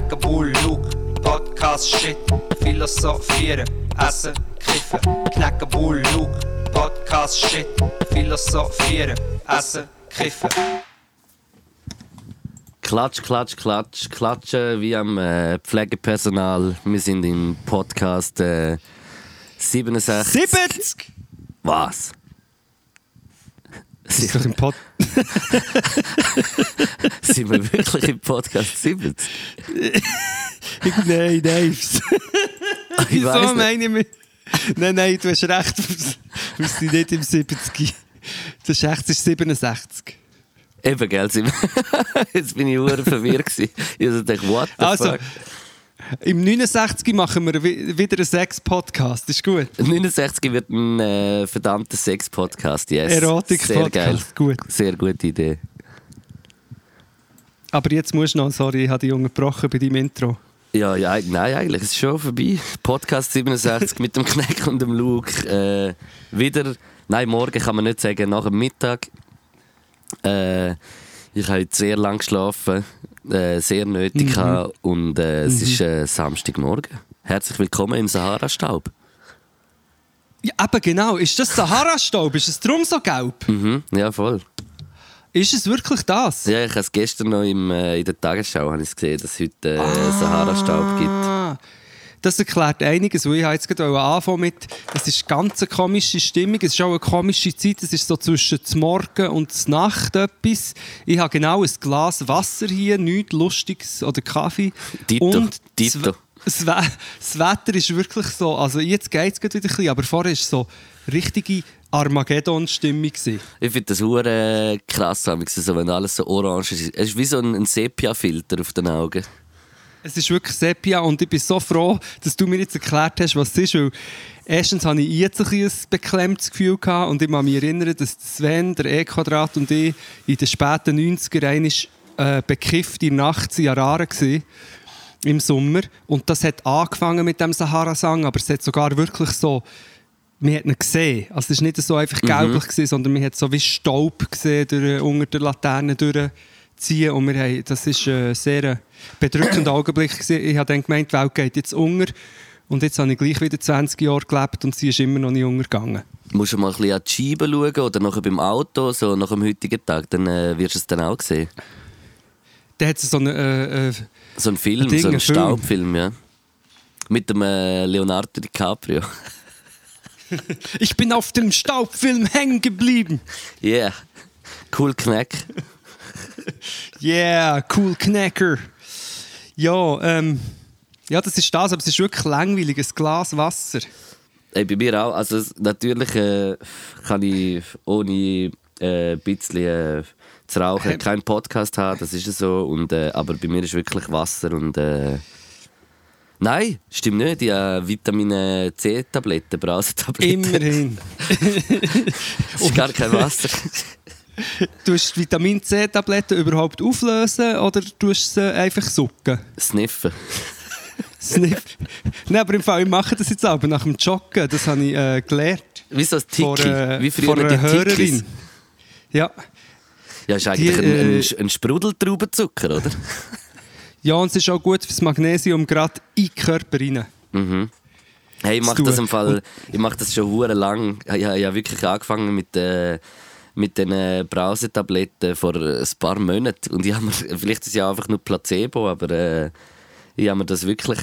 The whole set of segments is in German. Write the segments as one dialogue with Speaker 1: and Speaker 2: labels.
Speaker 1: Knacken, Bull, Luke, Podcast, Shit, Philosophieren, Essen, Kiffen. Knacken, Bull, Luke, Podcast, Shit, Philosophieren, Essen, Kiffen.
Speaker 2: Klatsch, klatsch, klatsch, klatschen wie am Pflegepersonal. Wir sind im Podcast 67.
Speaker 3: 70!
Speaker 2: Was?
Speaker 3: Das ist doch im Pod...
Speaker 2: Sind wir wirklich im Podcast 70?
Speaker 3: Nein. Wieso
Speaker 2: weiss
Speaker 3: meine ich mich? Nein, du hast recht. Wir sind nicht im 70. Das ist echt, es ist 67.
Speaker 2: Eben, gell? Jetzt bin ich verdammt verwirrt gewesen. Ich dachte, what the fuck?
Speaker 3: Im 69 machen wir wieder einen Sex-Podcast, ist gut.
Speaker 2: 69 wird ein verdammter Sex-Podcast, yes.
Speaker 3: Erotik-Podcast, gut.
Speaker 2: Sehr gute Idee.
Speaker 3: Aber jetzt musst du noch, sorry, ich habe dich unterbrochen bei deinem Intro.
Speaker 2: Ja, nein, eigentlich ist es schon vorbei. Podcast 67 mit dem Kneck und dem Luke. Wieder, nein, morgen kann man nicht sagen, nach dem Mittag. Ich habe heute sehr lang geschlafen, sehr nötig und es ist Samstagmorgen. Herzlich willkommen im Sahara-Staub.
Speaker 3: Ja, eben genau. Ist das Sahara-Staub? Ist es drum so gelb?
Speaker 2: Ja, voll.
Speaker 3: Ist es wirklich das?
Speaker 2: Ja, ich habe es gestern noch in der Tagesschau gesehen, dass es heute Sahara-Staub gibt.
Speaker 3: Das erklärt einiges, weil ich jetzt gerade anfangen mit, es ist ganz eine komische Stimmung, es ist auch eine komische Zeit, es ist so zwischen dem Morgen und der Nacht etwas. Ich habe genau ein Glas Wasser hier, nichts Lustiges oder Kaffee.
Speaker 2: Dito.
Speaker 3: Das Wetter ist wirklich so, also jetzt geht es wieder ein bisschen, aber vorher war es so richtige Armageddon-Stimmung. Ich
Speaker 2: finde das hure krass, so, wenn alles so orange ist. Es ist wie so ein Sepia-Filter auf den Augen.
Speaker 3: Es ist wirklich Sepia und ich bin so froh, dass du mir jetzt erklärt hast, was es ist. Weil erstens hatte ich jetzt ein beklemmtes Gefühl gehabt und ich kann mich erinnern, dass Sven, der E-Quadrat und ich in den späten 90er einmal bekifft in der Nacht in Harare waren, im Sommer. Und das hat angefangen mit dem Sahara-Sang, aber es hat sogar wirklich so, man hat ihn gesehen. Also es war nicht so einfach gelblich gewesen, sondern man hat so wie Staub gesehen unter der Laterne durchziehen. Und das war ein sehr bedrückender Augenblick gewesen. Ich habe dann gemeint, die Welt geht jetzt unter. Und jetzt habe ich gleich wieder 20 Jahre gelebt und sie ist immer noch nicht untergegangen.
Speaker 2: Musst du mal ein bisschen an die Scheibe schauen oder nachher beim Auto, so nach dem heutigen Tag, dann wirst du es dann auch sehen.
Speaker 3: Da hat es so
Speaker 2: ein Film, so ein Staubfilm, ja. Mit dem Leonardo DiCaprio.
Speaker 3: Ich bin auf dem Staubfilm hängen geblieben.
Speaker 2: Yeah, cool Knack.
Speaker 3: Yeah, cool Knacker. Ja, ja, das ist das, aber es ist wirklich langweilig, ein Glas Wasser.
Speaker 2: Hey, bei mir auch. Also natürlich kann ich ohne ein bisschen zu rauchen keinen Podcast haben, das ist so. Und, aber bei mir ist wirklich Wasser und... Nein, stimmt nicht. Ich habe Vitamin C-Tabletten, Brausetabletten.
Speaker 3: Immerhin.
Speaker 2: Es ist gar kein Wasser.
Speaker 3: Du hast Vitamin C-Tabletten überhaupt auflösen oder tust du sie einfach sucken?
Speaker 2: Sniffen.
Speaker 3: Nein, aber im Fall, ich mache das jetzt aber nach dem Joggen. Das habe ich gelernt.
Speaker 2: Wie so ein Tiki, wie früher
Speaker 3: von einer
Speaker 2: die Tikis.
Speaker 3: Hörerin. Ja.
Speaker 2: Ja, ist eigentlich ein Sprudeltraubenzucker, oder?
Speaker 3: Ja, und es ist auch gut für das Magnesium gerade in den Körper rein.
Speaker 2: Hey, ich mache das im Fall, ich mache das schon hure lang. Ich habe wirklich angefangen mit den Brausetabletten vor ein paar Monaten. Und ich habe mir, vielleicht ist es ja einfach nur Placebo, aber ich habe mir das wirklich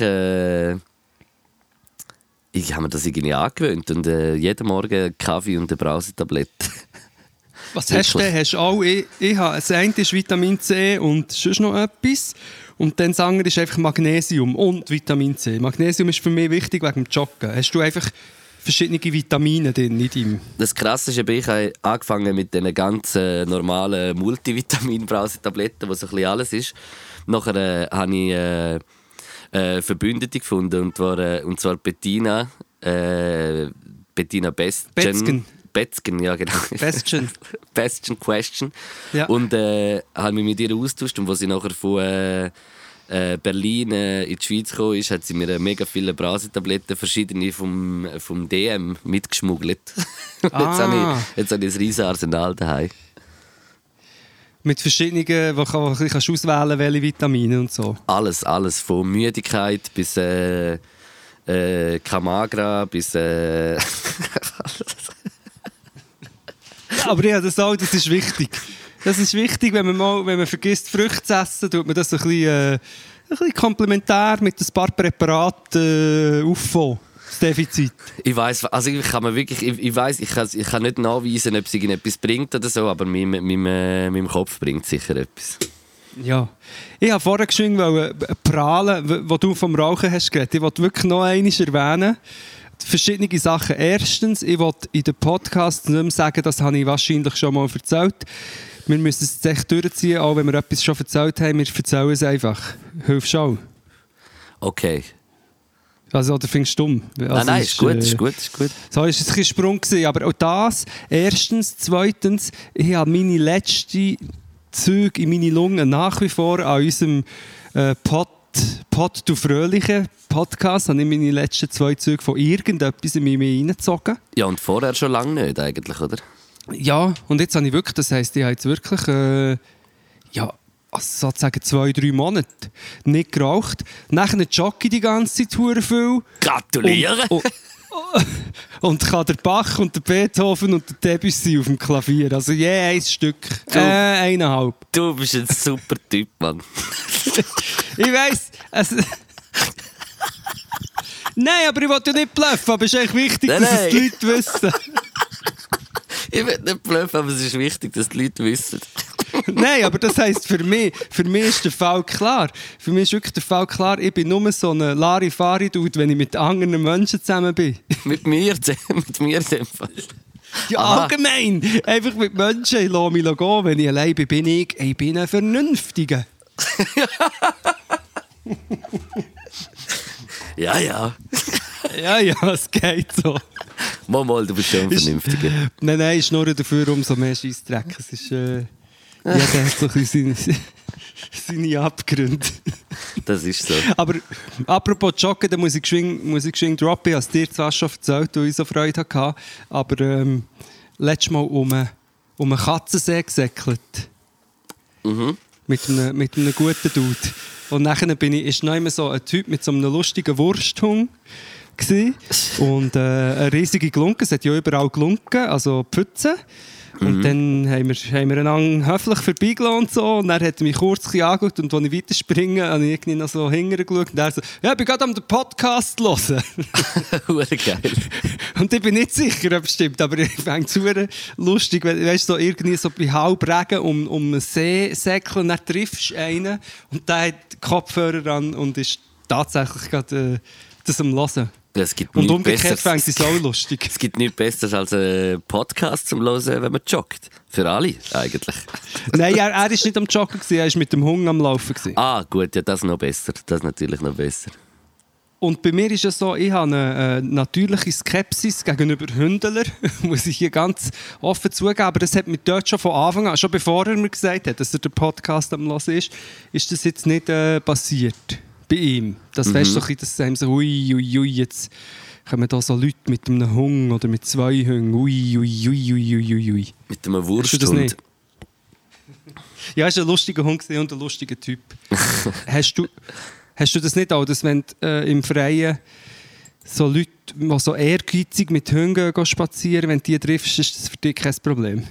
Speaker 2: ich habe mir das irgendwie angewöhnt. Und jeden Morgen Kaffee und eine Brausetablette.
Speaker 3: Was hast du denn? Hast du auch, ich habe, das eine ist Vitamin C und sonst noch etwas. Und dann das andere ist einfach Magnesium und Vitamin C. Magnesium ist für mich wichtig wegen dem Joggen. Hast du einfach verschiedene Vitamine drin in deinem? Das
Speaker 2: Krasse ist, ich habe angefangen mit den ganz normalen Multivitamin-Brausetabletten, wo so ein bisschen alles ist. Nachher habe ich Verbündete gefunden, und zwar Bettina Betzgen, ja genau. Bestien Question. Ja. Und habe mich mit ihr austauscht, und als sie nachher von Berlin in die Schweiz gekommen ist, hat sie mir mega viele Brasetabletten, verschiedene vom DM mitgeschmuggelt. Jetzt habe ich ein riesen Arsenal daheim.
Speaker 3: Mit verschiedenen, wo du kannst auswählen, welche Vitamine und so.
Speaker 2: Alles. Von Müdigkeit bis Kamagra bis...
Speaker 3: Aber ja, das ist wichtig. Das ist wichtig, wenn man vergisst, Früchte zu essen, tut man das ein bisschen komplementär mit ein paar Präparaten auffangen. Das Defizit.
Speaker 2: Ich weiss, also ich kann nicht nachweisen, ob es irgendetwas bringt oder so, aber meinem Kopf bringt sicher etwas.
Speaker 3: Ja. Ich habe vorher geschwind prahlen, wo du vom Rauchen hast geredet. Ich wollte wirklich noch einmal erwähnen. Verschiedene Sachen. Erstens, ich wollte in den Podcast nicht mehr sagen, das habe ich wahrscheinlich schon mal erzählt. Wir müssen es jetzt echt durchziehen, auch wenn wir etwas schon erzählt haben. Wir erzählen es einfach. Hilfst du auch?
Speaker 2: Okay.
Speaker 3: Also, oder findest du dumm? Also,
Speaker 2: nein, ist gut. So war es
Speaker 3: ein bisschen Sprung gewesen, aber auch das. Erstens. Zweitens, ich habe meine letzten Züge in meine Lungen nach wie vor an unserem du fröhliche Podcast, habe ich meine letzten 2 Züge von irgendetwas in mich reingezogen.
Speaker 2: Ja, und vorher schon lange nicht eigentlich, oder?
Speaker 3: Ja, und jetzt habe ich wirklich, das heisst, ich habe jetzt wirklich, sozusagen 2-3 Monate nicht geraucht. Nachher jogge ich die ganze Zeit verdammt viel.
Speaker 2: Gratuliere!
Speaker 3: Und kann der Bach und der Beethoven und der Debussy auf dem Klavier. Also je ein Stück. 1,5.
Speaker 2: Du bist ein super Typ, Mann.
Speaker 3: Ich weiss. Nein, aber ich wollte ja nicht bluffen, aber es ist echt wichtig, dass es die Leute wissen.
Speaker 2: Ich will nicht bluffen, aber es ist wichtig, dass die Leute wissen.
Speaker 3: Nein, aber das heisst, für mich ist der Fall klar. Für mich ist wirklich der Fall klar, ich bin nur so ein Larifari-Dude, wenn ich mit anderen Menschen zusammen bin.
Speaker 2: Mit mir in dem Fall.
Speaker 3: Ja, allgemein. Einfach mit Menschen, ich lasse mich gehen. Wenn ich allein bin, ich bin ein Vernünftiger.
Speaker 2: Ja.
Speaker 3: Ja, es geht so.
Speaker 2: Mal, du bist schon ein Vernünftiger.
Speaker 3: Nein, ich schnurre dafür umso mehr Scheissdreck. Es ist... jeder hat so ein bisschen seine Abgründe.
Speaker 2: Das ist so.
Speaker 3: Aber apropos Joggen, da muss ich geschwind droppen. Ich habe es dir zwar schon erzählt, weil ich so Freude hatte. Aber letztes Mal um einen Katzensee gesäckelt.
Speaker 2: Mhm.
Speaker 3: Mit einem guten Dude. Und nachher ist noch immer so ein Typ mit so einem lustigen Wursthund gewesen. Und eine riesige Glunke. Es hat ja überall Glunken, also Pfützen. Und dann haben wir einander höflich vorbeigelassen und so. Und dann hat er mich kurz angeschaut und als ich weiterspringe, habe ich irgendwie noch so hinterher geschaut. Und er so, ja, ich bin gerade am Podcast hören.
Speaker 2: Geil.
Speaker 3: Und ich bin nicht sicher, ob es stimmt, aber ich fände es super lustig, wenn du so irgendwie so bei Halbregen um einen See säckeln und dann triffst du einen und der hat Kopfhörer an und ist tatsächlich gerade das am Hören. Und umgekehrt fände ich es auch lustig.
Speaker 2: Es gibt nichts Besseres als einen Podcast zum Hören, wenn man joggt. Für alle, eigentlich.
Speaker 3: Nein, er war nicht am Joggen, er war mit dem Hund am Laufen.
Speaker 2: Ah, gut, ja, das noch besser. Das ist natürlich noch besser.
Speaker 3: Und bei mir ist es so, ich habe eine natürliche Skepsis gegenüber Hündler, muss ich hier ganz offen zugeben. Aber das hat mir dort schon von Anfang an, schon bevor er mir gesagt hat, dass er den Podcast am Hören ist das jetzt nicht passiert. Bei ihm. Das weißt du, dass sie so, ui, jetzt kommen da so Leute mit einem Hund oder mit 2 Hunden. Ui.
Speaker 2: Mit einem Wursthund.
Speaker 3: Ja, es war ein lustiger Hund und ein lustiger Typ. Hast du das nicht auch, dass wenn im Freien so Leute, die so ehrgeizig mit Hunden gehen spazieren, wenn du die triffst, ist das für dich kein Problem?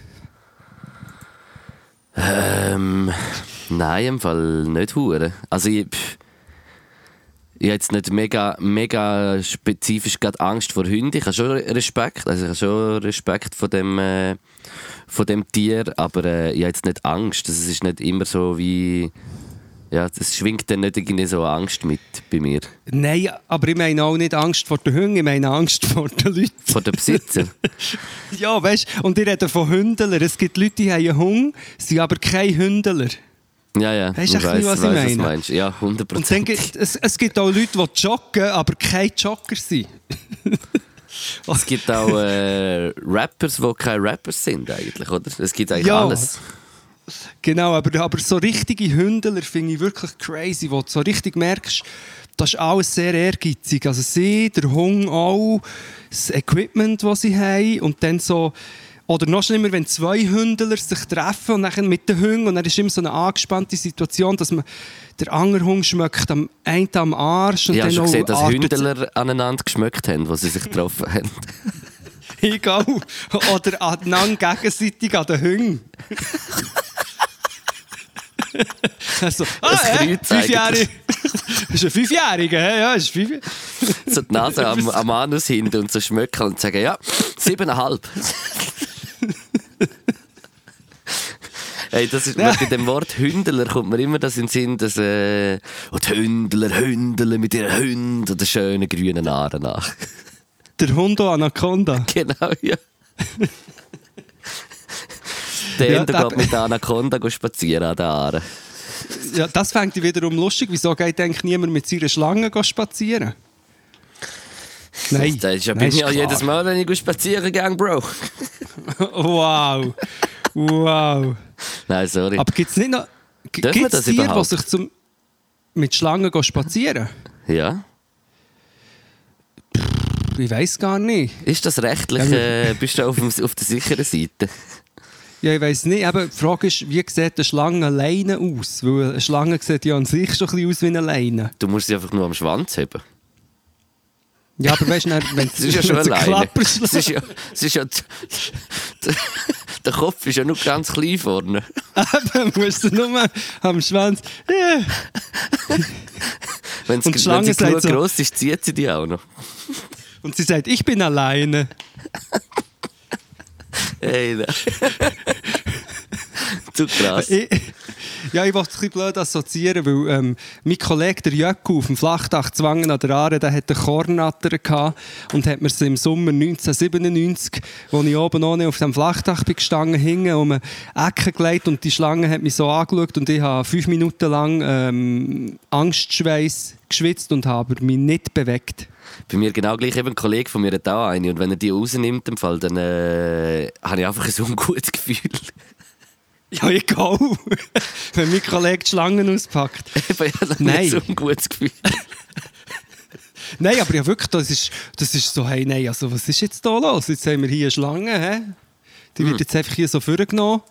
Speaker 2: Nein, im Fall nicht hure. Also ich habe jetzt nicht mega spezifisch gerade Angst vor Hunden. Ich habe schon Respekt. Also ich habe schon Respekt vor dem Tier, aber ich habe jetzt nicht Angst. Es ist nicht immer so wie... Ja, das schwingt dann nicht irgendwie so Angst mit bei mir.
Speaker 3: Nein, aber ich meine auch nicht Angst vor den Hunden, ich meine Angst vor den Leuten.
Speaker 2: Vor den Besitzern?
Speaker 3: Ja, weißt du, und ich rede von Hündlern. Es gibt Leute, die haben einen Hund, sind aber keine Hündler.
Speaker 2: Ja.
Speaker 3: Weißt du, was ich meine? Was meinst.
Speaker 2: Ja, 100%.
Speaker 3: Und dann es gibt auch Leute, die joggen, aber keine Jogger sind.
Speaker 2: Es gibt auch Rappers, die keine Rappers sind eigentlich, oder? Es gibt eigentlich alles.
Speaker 3: Genau, aber so richtige Hündler finde ich wirklich crazy, wo du so richtig merkst, das ist alles sehr ehrgeizig. Also sie, der Hund auch, das Equipment, das sie haben und dann so... Oder noch schlimmer, wenn 2 Hündler sich treffen und dann mit den Hunden und dann ist immer so eine angespannte Situation, dass man der andere Hund schmeckt am einen am Arsch und
Speaker 2: Ich habe
Speaker 3: dann
Speaker 2: schon gesehen, dass
Speaker 3: artet-
Speaker 2: Hündler aneinander geschmeckt haben, wo sie sich getroffen haben.
Speaker 3: Egal. Oder aneinander gegenseitig an den Hunden. Also,
Speaker 2: Kreuz
Speaker 3: 5-Jährige. Das ist ein 5-Jähriger, ja, ist 5.
Speaker 2: So die Nase am Anus hinten und so schmecken und sagen, ja, 7,5. Hey, das ist, bei dem Wort Hündler kommt mir immer das in den Sinn, dass die Hündler mit ihren Hunden und den schönen grünen Haaren nach.
Speaker 3: Der Hundo Anaconda.
Speaker 2: Genau, ja. Der Ende geht mit der Anaconda spazieren an den Haaren.
Speaker 3: Ja, das fängt wiederum lustig. Wieso geht eigentlich niemand mit seiner Schlange spazieren? Nein.
Speaker 2: Das ist ja
Speaker 3: Nein,
Speaker 2: bin ich auch
Speaker 3: klar.
Speaker 2: jedes Mal, wenn ich spazieren gehe, Bro.
Speaker 3: Wow. Wow.
Speaker 2: Nein, sorry.
Speaker 3: Aber gibt es nicht noch
Speaker 2: Dürfen wir
Speaker 3: gibt's
Speaker 2: das
Speaker 3: Tiere, die
Speaker 2: überhaupt?
Speaker 3: sich mit Schlangen spazieren?
Speaker 2: Ja.
Speaker 3: Ich weiß gar nicht.
Speaker 2: Ist das rechtlich, bist du auf der sicheren Seite?
Speaker 3: Ja, ich weiss nicht. Aber die Frage ist, wie sieht eine Schlangenleine aus? Weil eine Schlange sieht ja an sich schon ein bisschen aus wie eine Leine.
Speaker 2: Du musst sie einfach nur am Schwanz haben.
Speaker 3: Ja, aber weißt du, wenn
Speaker 2: Es ist ja schon
Speaker 3: eine
Speaker 2: alleine.
Speaker 3: Klapperschlange...
Speaker 2: Es ist ja der Kopf ist ja nur ganz klein vorne.
Speaker 3: Dann musst du nur am Schwanz... Yeah.
Speaker 2: Wenn
Speaker 3: Und die
Speaker 2: sie
Speaker 3: Schlange sagt
Speaker 2: genug
Speaker 3: so-
Speaker 2: gross ist, zieht sie die auch noch.
Speaker 3: Und sie sagt, ich bin alleine.
Speaker 2: Hey, nein. Zu krass.
Speaker 3: Ich wollte es ein bisschen blöd assoziieren, weil mein Kollege, der Jöcku, auf dem Flachdach Zwangen an der Aare, der hatte eine Kornatter gehabt und hat mir sie im Sommer 1997, als ich oben ohne auf dem Flachdach bin gestanden, hingen um eine Ecke gelegt und die Schlange hat mich so angeschaut und ich habe 5 Minuten lang Angstschweiß geschwitzt und habe mich nicht bewegt.
Speaker 2: Bei mir genau gleich, eben ein Kollege von mir hat auch eine und wenn er die rausnimmt, im Fall, dann habe ich einfach ein ungutes Gefühl.
Speaker 3: Ja, egal. Wenn mein Kollege die Schlangen auspackt.
Speaker 2: Eben, ich habe
Speaker 3: Nein.
Speaker 2: nicht so ein ungutes Gefühl.
Speaker 3: Nein, aber ja wirklich, das ist so, hey, nein, also was ist jetzt da los? Jetzt haben wir hier eine Schlange, hä? Die wird jetzt einfach hier so vorgenommen.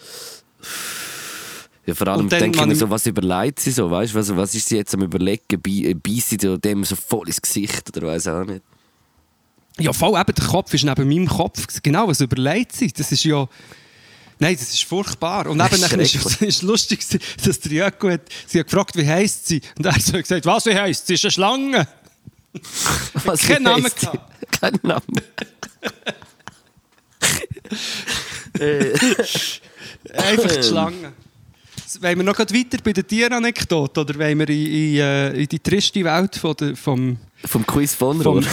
Speaker 2: Ja, vor allem
Speaker 3: Und dann
Speaker 2: denke ich
Speaker 3: man
Speaker 2: mir
Speaker 3: im-
Speaker 2: so, was überlegt sie so, weißt du, was ist sie jetzt am überlegen, beißt sie dem so voll ins Gesicht oder weiss auch nicht.
Speaker 3: Ja, voll, eben, der Kopf ist neben meinem Kopf. Genau, was überlegt sie? Das ist ja... Nein, das ist furchtbar. Und
Speaker 2: Das
Speaker 3: eben
Speaker 2: ist
Speaker 3: nachher
Speaker 2: schrecklich.
Speaker 3: ist lustig, dass der Jöcku sie hat gefragt, wie heisst sie? Und er hat so gesagt, was wie heisst sie? Ist eine Schlange.
Speaker 2: Was
Speaker 3: Kein Name
Speaker 2: heisst sie?
Speaker 3: gehabt.
Speaker 2: Kein Name.
Speaker 3: Einfach die Schlange. Wollen wir noch grad weiter bei der Tieranekdote oder wollen wir in die triste Welt vom...
Speaker 2: Vom Quiz von Rohr.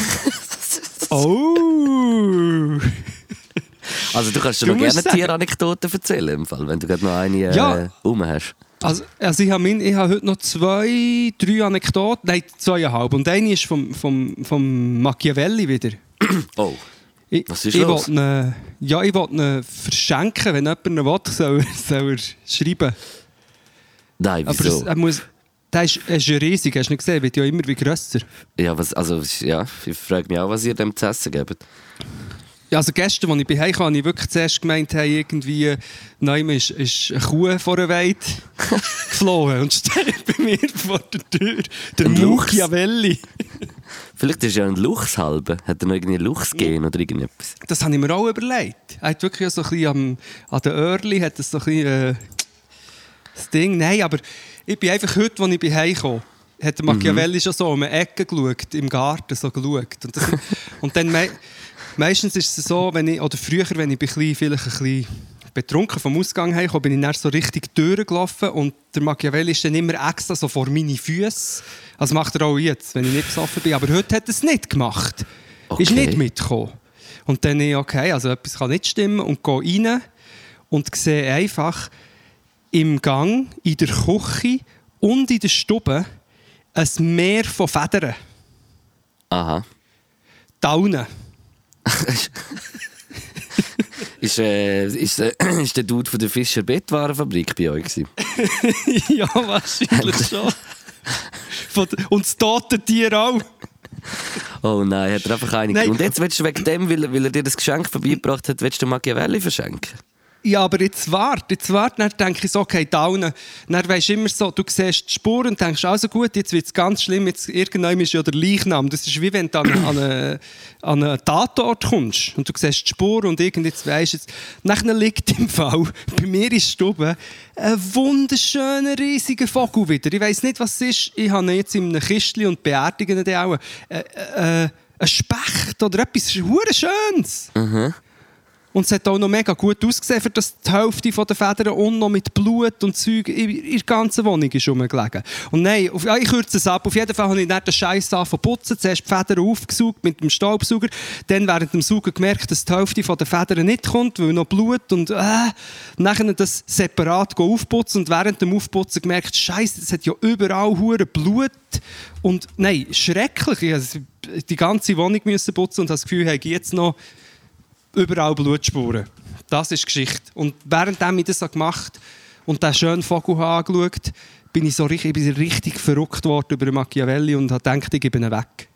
Speaker 3: Oh!
Speaker 2: Also du kannst dir
Speaker 3: Du
Speaker 2: noch
Speaker 3: musst
Speaker 2: gerne
Speaker 3: sagen-
Speaker 2: Tieranekdoten erzählen, im Fall, wenn du gerade noch eine
Speaker 3: Ja.
Speaker 2: rum hast.
Speaker 3: Also ich habe heute noch 2, 3 Anekdoten, nein, 2,5. Und eine ist vom Machiavelli wieder.
Speaker 2: Oh,
Speaker 3: Ich,
Speaker 2: Was ist
Speaker 3: ich
Speaker 2: los?
Speaker 3: wollte ihn, ja, ich wollte ihn verschenken, wenn jemand ihn will, soll er schreiben.
Speaker 2: nein,
Speaker 3: Aber
Speaker 2: wieso?
Speaker 3: der ist ja riesig, hast du nicht gesehen, wird ja immer wie grösser.
Speaker 2: Ja, ich frage mich auch, was ihr dem zu essen gebt.
Speaker 3: Ja, also gestern, als ich bei Hause kam, habe ich wirklich zuerst gemeint, hey, irgendwie nein, ist eine Kuh vor der Weide geflohen und steht bei mir vor der Tür der
Speaker 2: Ein Luchs.
Speaker 3: Machiavelli.
Speaker 2: Vielleicht ist ja ein Luchs halber. Hat er noch irgendwie Luchsgen oder irgendetwas?
Speaker 3: Das habe ich mir auch überlegt. Er hat wirklich so ein bisschen an den Öhrli hat das so ein bisschen, das Ding. Nein, aber ich bin einfach heute, als ich bei Hause kam, hat der Machiavelli schon so um eine Ecke geschaut, im Garten so geschaut. Und dann meistens ist es so, oder früher, wenn ich vielleicht ein bisschen betrunken vom Ausgang heimkam, bin ich dann so richtig durchgelaufen und der Machiavelli ist dann immer extra so vor meine Füße. Das macht er auch jetzt, wenn ich nicht besoffen bin. Aber heute hat er es nicht gemacht.
Speaker 2: Okay.
Speaker 3: Ist nicht mitgekommen. Und dann okay, also etwas kann nicht stimmen und gehe rein und sehe einfach im Gang, in der Küche und in der Stube ein Meer von Federn.
Speaker 2: Aha.
Speaker 3: Daunen.
Speaker 2: Ist der Dude von der Fischer Bettwarenfabrik bei euch gewesen?
Speaker 3: Ja, wahrscheinlich schon. Und das tote Tier auch.
Speaker 2: Oh nein, hat er einfach eine. Und jetzt willst du wegen dem, weil er dir das Geschenk vorbeigebracht hat, willst du Machiavelli verschenken?
Speaker 3: Ja, aber jetzt warte, dann denke ich so, okay, dann weisst du immer so, du siehst die Spuren und denkst, also gut, jetzt wird es ganz schlimm, jetzt irgendwann ist ja der Leichnam. Das ist wie wenn du an einen Tatort kommst und du siehst die Spuren und jetzt weisst du, nachher liegt im Fall bei mir in der Stube ein wunderschöner, riesiger Vogel wieder. Ich weiss nicht, was es ist, ich habe ihn jetzt in einem Kistchen und beerdigen ihn auch. Ein Specht oder etwas Schönes.
Speaker 2: Mhm.
Speaker 3: Und es hat auch noch mega gut ausgesehen, für das die Hälfte der Federn und noch mit Blut und Zeug in der ganzen Wohnung ist rumgelegen. Und nein, ich kürze es ab. Auf jeden Fall habe ich nicht den Scheiß angefangen zu putzen. Zuerst die Federn aufgesaugt mit dem Staubsauger. Dann während dem Saugen gemerkt, dass die Hälfte der Federn nicht kommt, weil noch Blut und nachher das separat aufputzen. Und während dem Aufputzen gemerkt, Scheiße, es hat ja überall hure Blut. Und nein, schrecklich. Ich musste die ganze Wohnung putzen und habe das Gefühl, ich habe jetzt noch überall Blutspuren. Das ist Geschichte. Und während ich das gemacht habe und diesen schönen Vogel angeschaut, bin ich richtig verrückt worden über Machiavelli und habe gedacht, ich gebe ihn weg.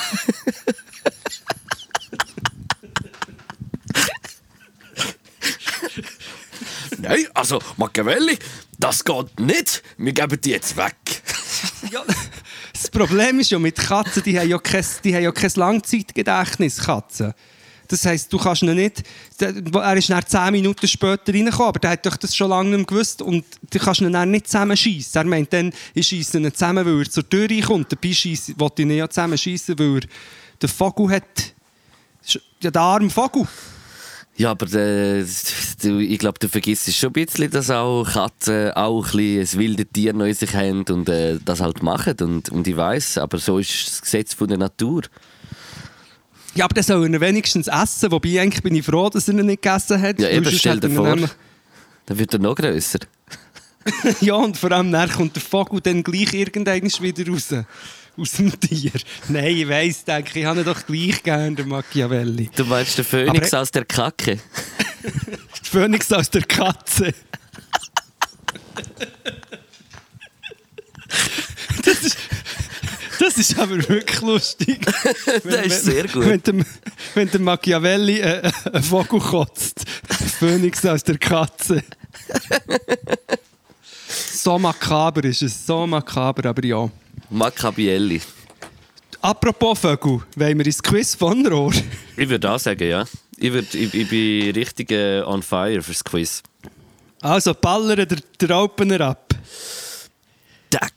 Speaker 2: Nein, also Machiavelli, das geht nicht. Wir geben die jetzt weg.
Speaker 3: Ja, das Problem ist ja mit Katzen, die haben ja kein Langzeitgedächtnis, Katzen. Das heisst, du kannst ihn nicht... Er ist dann 10 Minuten später reingekommen, aber der hat doch das schon lange nicht gewusst und du kannst ihn dann nicht zusammenschiessen. Er meint dann, ich schiesse ihn zusammen, weil er zur Tür reinkommt. Dabei wollte ich ihn ja zusammenschiessen, weil er den Vogel hat... Ja, den armen Vogel.
Speaker 2: Ja, aber ich glaube, du vergisst schon ein bisschen, dass auch Katzen auch ein bisschen ein wildes Tier in sich haben und das halt machen. Und ich weiss, aber so ist das Gesetz von der Natur.
Speaker 3: Ja, aber dann soll er wenigstens essen, wobei eigentlich bin ich froh, dass er ihn nicht gegessen hat.
Speaker 2: Ja, eben, stell dir vor, dann wird er noch grösser.
Speaker 3: Ja, und vor allem dann kommt der Vogel dann gleich irgendwann wieder raus. Aus dem Tier. Nein, ich weiss, denke ich habe ihn doch gleich gern, den Machiavelli.
Speaker 2: Du meinst den Phönix aus der Kacke?
Speaker 3: Der Phönix aus der Katze. Das ist aber wirklich lustig.
Speaker 2: Das ist sehr gut.
Speaker 3: Wenn der Machiavelli einen Vogel kotzt. Der Phönix aus der Katze. So makaber ist es. So makaber, aber ja.
Speaker 2: Machiavelli.
Speaker 3: Apropos Vögel, wollen wir ins Quiz von Rohr?
Speaker 2: Ich würde auch sagen, ja. Ich bin richtig on fire fürs Quiz.
Speaker 3: Also ballern der Opener ab.
Speaker 2: Tack.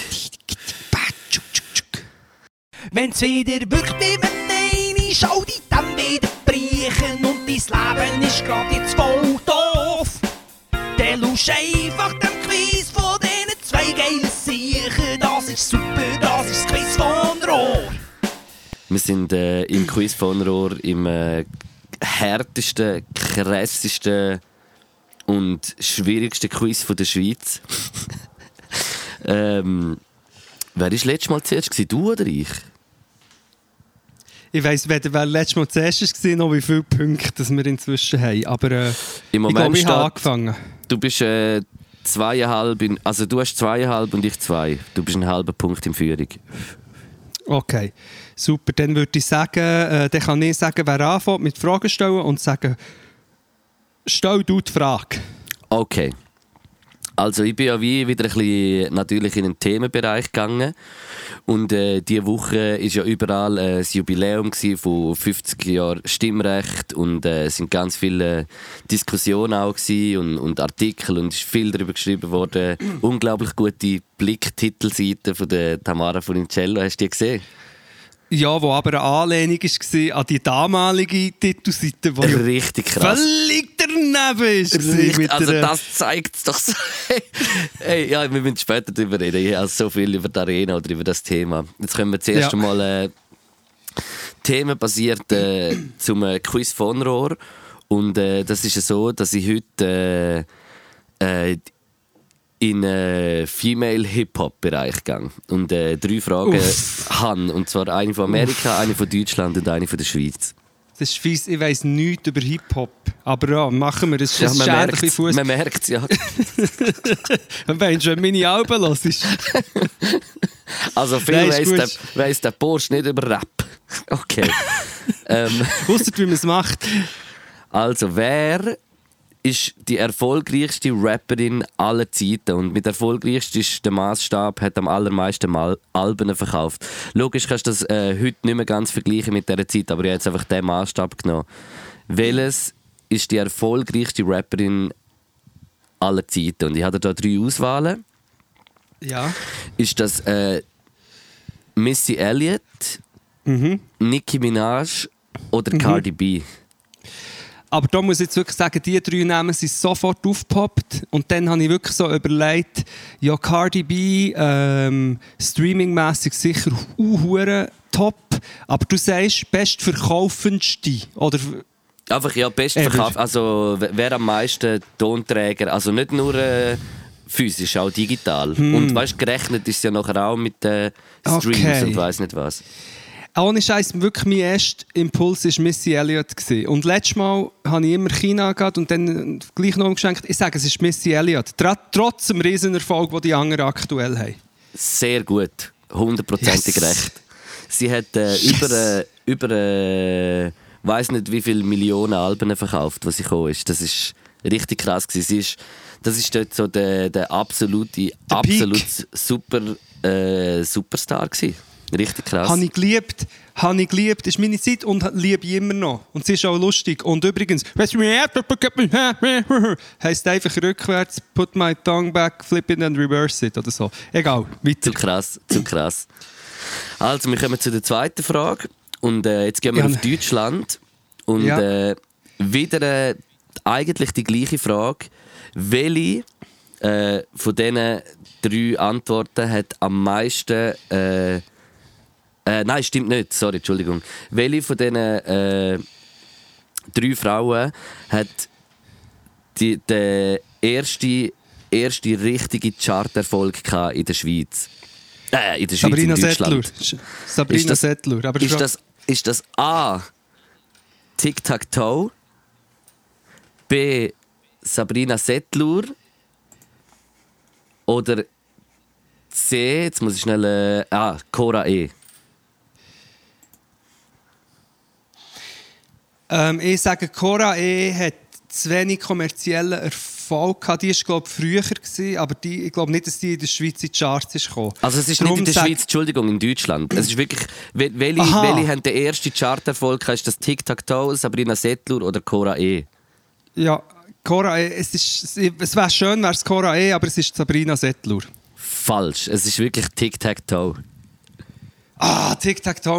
Speaker 4: Wenn's wieder wirkt, nehmen schau dich dann wieder brechen und dein Leben ist grad jetzt voll doof. Dann lausch einfach dem Quiz von diesen 2 geilen Siechen. Das ist super, das ist das Quiz von Rohr.
Speaker 2: Wir sind im Quiz von Rohr im härtesten, krassesten und schwierigsten Quiz von der Schweiz. Wer war letztes Mal zuerst? Du oder ich?
Speaker 3: Ich weiss weder, wer letztes Mal zuerst war, noch wie viele Punkte wir inzwischen haben. Aber
Speaker 2: im Moment
Speaker 3: ich habe angefangen.
Speaker 2: Du bist 2,5, also du hast 2,5 und ich 2. Du bist einen halben Punkt in Führung.
Speaker 3: Okay, super. Dann würde ich sagen, dann kann ich sagen, wer anfängt mit Fragen stellen und sagen, stell du die Frage.
Speaker 2: Okay. Also ich bin ja wieder ein bisschen natürlich in den Themenbereich gegangen und diese Woche war ja überall das Jubiläum von 50 Jahren Stimmrecht und es sind ganz viele Diskussionen auch und Artikel und es ist viel darüber geschrieben worden. Unglaublich gute Blick-Titelseite von der Tamara Funicello. Hast du die gesehen?
Speaker 3: Ja, wo aber eine Anlehnung war an die damalige Titelseite, die
Speaker 2: richtig krass.
Speaker 3: Völlig daneben
Speaker 2: war. Also das zeigt es doch so. Hey, ja, wir müssen später darüber reden. Ich habe so viel über die Arena oder über das Thema. Jetzt können wir zuerst einmal themenbasiert zum Quiz von Rohr. Und das ist so, dass ich heute in den Female-Hip-Hop-Bereich gegangen und 3 Fragen habe. Und zwar eine von Amerika, eine von Deutschland und eine von der Schweiz.
Speaker 3: Das ist fies, ich weiss nichts über Hip-Hop. Aber ja, machen wir es.
Speaker 2: Ja, man merkt es, ja.
Speaker 3: Meinst du, wenn meine Alben hörst?
Speaker 2: Also viel weiss der Porsche nicht über Rap. Okay.
Speaker 3: Ausser, wie man es macht.
Speaker 2: Also, wer ist die erfolgreichste Rapperin aller Zeiten? Und mit erfolgreichst ist der Massstab, hat am allermeisten Mal Alben verkauft. Logisch kannst du das heute nicht mehr ganz vergleichen mit dieser Zeit, aber ich habe jetzt einfach den Massstab genommen. Welches ist die erfolgreichste Rapperin aller Zeiten? Und ich habe da 3 Auswahlen.
Speaker 3: Ja.
Speaker 2: Ist das Missy Elliott, Nicki Minaj oder Cardi B?
Speaker 3: Aber da muss ich jetzt wirklich sagen, die 3 Namen sind sofort aufgepoppt. Und dann habe ich wirklich so überlegt, ja, Cardi B, streamingmässig sicher hure top. Aber du sagst, bestverkaufendste, oder?
Speaker 2: Einfach, ja, bestverkauft. Also, wer am meisten Tonträger, also nicht nur physisch, auch digital. Und weißt, gerechnet ist es ja nachher auch mit den Streams und weiss nicht was.
Speaker 3: Ohne Scheiß, wirklich mein erster Impuls war Missy Elliott. Und letztes Mal habe ich immer China gehabt und dann gleich noch umgeschenkt. Ich sage, es ist Missy Elliott. Trotz dem Riesenerfolg, den die anderen aktuell haben.
Speaker 2: Sehr gut. 100%ig recht. Sie hat über weiss nicht wie viele Millionen Alben verkauft, was sie gekommen ist. Das ist richtig krass gewesen. Das ist dort so der absolute Superstar gewesen. Richtig krass.
Speaker 3: Habe ich geliebt, ist meine Zeit und liebe ich immer noch. Und sie ist auch lustig. Und übrigens, heisst einfach rückwärts, put my tongue back, flip it and reverse it oder so. Egal, weiter.
Speaker 2: Zu krass. Also, wir kommen zu der zweiten Frage. Und jetzt gehen wir auf Deutschland. Und wieder eigentlich die gleiche Frage. Welche von diesen 3 Antworten hat am meisten... nein, stimmt nicht. Sorry, Entschuldigung. Welche von diesen 3 Frauen hat den ersten richtigen Charterfolg in der Schweiz? In der Schweiz,
Speaker 3: Sabrina
Speaker 2: in Deutschland.
Speaker 3: Sabrina Settler. Aber
Speaker 2: ist das A. Tic-Tac-Toe, B. Sabrina Settler oder C. Jetzt muss ich schnell. Cora E.
Speaker 3: Ich sage, Cora E. hat zu wenig kommerziellen Erfolg gehabt. Die war, glaube ich, früher gewesen, aber ich glaube nicht, dass die in der Schweiz in die Charts ist gekommen.
Speaker 2: Also es ist nicht in der Schweiz, Entschuldigung, in Deutschland. Es ist wirklich, welche haben den ersten Charterfolg? Ist das Tic-Tac-Toe, Sabrina Settler oder Cora E?
Speaker 3: Ja, Cora E. Es wäre schön, wäre es Cora E., aber es ist Sabrina Settler.
Speaker 2: Falsch, es ist wirklich Tic-Tac-Toe.
Speaker 3: Tic-Tac-Toe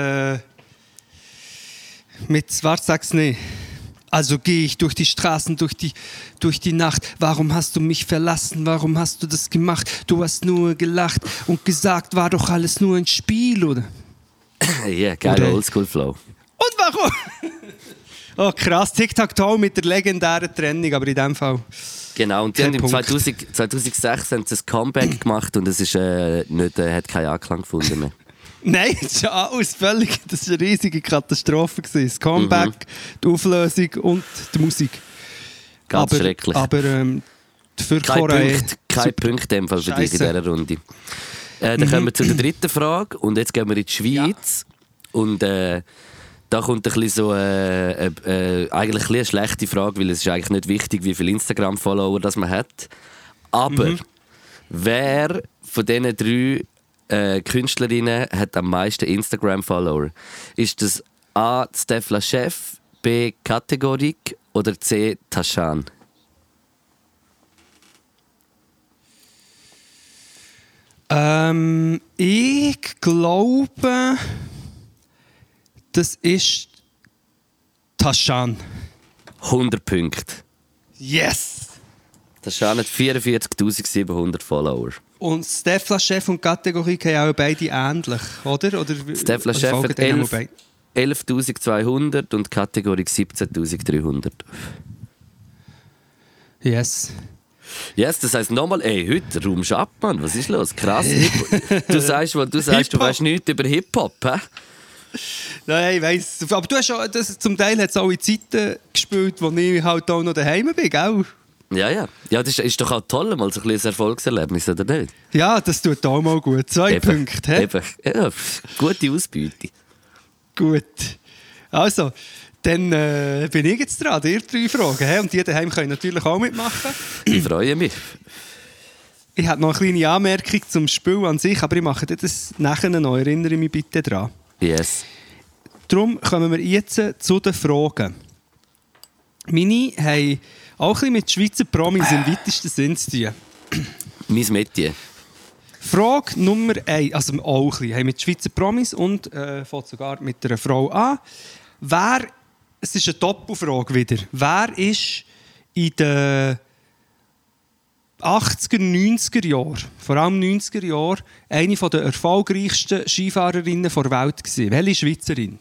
Speaker 3: warte, sag's nicht. Also gehe ich durch die Straßen, durch die Nacht. Warum hast du mich verlassen? Warum hast du das gemacht? Du hast nur gelacht und gesagt, war doch alles nur ein Spiel, oder?
Speaker 2: Ja, geiler Oldschool-Flow.
Speaker 3: Und warum? Oh krass, Tic-Tac-Toe mit der legendären Trennung, aber in dem Fall...
Speaker 2: Genau, und die haben im 2006 haben sie ein Comeback gemacht und es ist, hat keinen Anklang gefunden mehr.
Speaker 3: Nein, das ist ja alles völlig... Das war eine riesige Katastrophe. Das Comeback, die Auflösung und die Musik.
Speaker 2: Ganz schrecklich.
Speaker 3: Aber für Korea...
Speaker 2: Kein Punkt in dem Fall für dich in dieser Runde. Dann kommen wir zu der dritten Frage und jetzt gehen wir in die Schweiz. Ja. Und da kommt ein bisschen so eigentlich eine schlechte Frage, weil es ist eigentlich nicht wichtig, wie viele Instagram-Follower das man hat. Aber wer von diesen 3 Künstlerinnen hat am meisten Instagram-Follower? Ist das A. Stefla Chef, B. Kategorik oder C. Taschan?
Speaker 3: Ich glaube, das ist Taschan.
Speaker 2: 100 Punkte.
Speaker 3: Yes!
Speaker 2: Taschan hat 44.700 Follower.
Speaker 3: Und Stefla Chef und Kategorie haben auch beide ähnlich, oder?
Speaker 2: Stefla Chef hat 11.200 und Kategorie 17.300.
Speaker 3: Yes.
Speaker 2: Yes, das heisst nochmal, heute räumst du ab, Mann. Was ist los? Krass. Du sagst, du weißt nichts über Hip-Hop, hä?
Speaker 3: Nein, ich weiss. Aber du hast auch, zum Teil hat es auch in Zeiten gespielt, wo ich halt auch noch daheim bin, gell?
Speaker 2: Ja. Ja, das ist doch auch toll, mal so ein bisschen Erfolgserlebnis, oder nicht?
Speaker 3: Ja, das tut auch mal gut. 2 Punkte, hä?
Speaker 2: Eben. Ja, gute Ausbeute.
Speaker 3: Gut. Also, dann bin ich jetzt dran. Ihr 3 Fragen. He? Und die daheim können natürlich auch mitmachen.
Speaker 2: Ich freue mich.
Speaker 3: Ich habe noch eine kleine Anmerkung zum Spiel an sich, aber ich mache das nachher noch. Erinnere mich bitte dran.
Speaker 2: Yes.
Speaker 3: Darum kommen wir jetzt zu den Fragen. Meine haben auch ein bisschen mit Schweizer Promis im weitesten Sinn zu tun.
Speaker 2: Mein Metier.
Speaker 3: Frage Nummer 1, also auch ein bisschen, haben mit Schweizer Promis und fängt sogar mit einer Frau an. Es ist eine Doppelfrage wieder. Wer ist in den 80er, 90er Jahren, vor allem 90er Jahren, eine der erfolgreichsten Skifahrerinnen der Welt gewesen? Welche Schweizerin?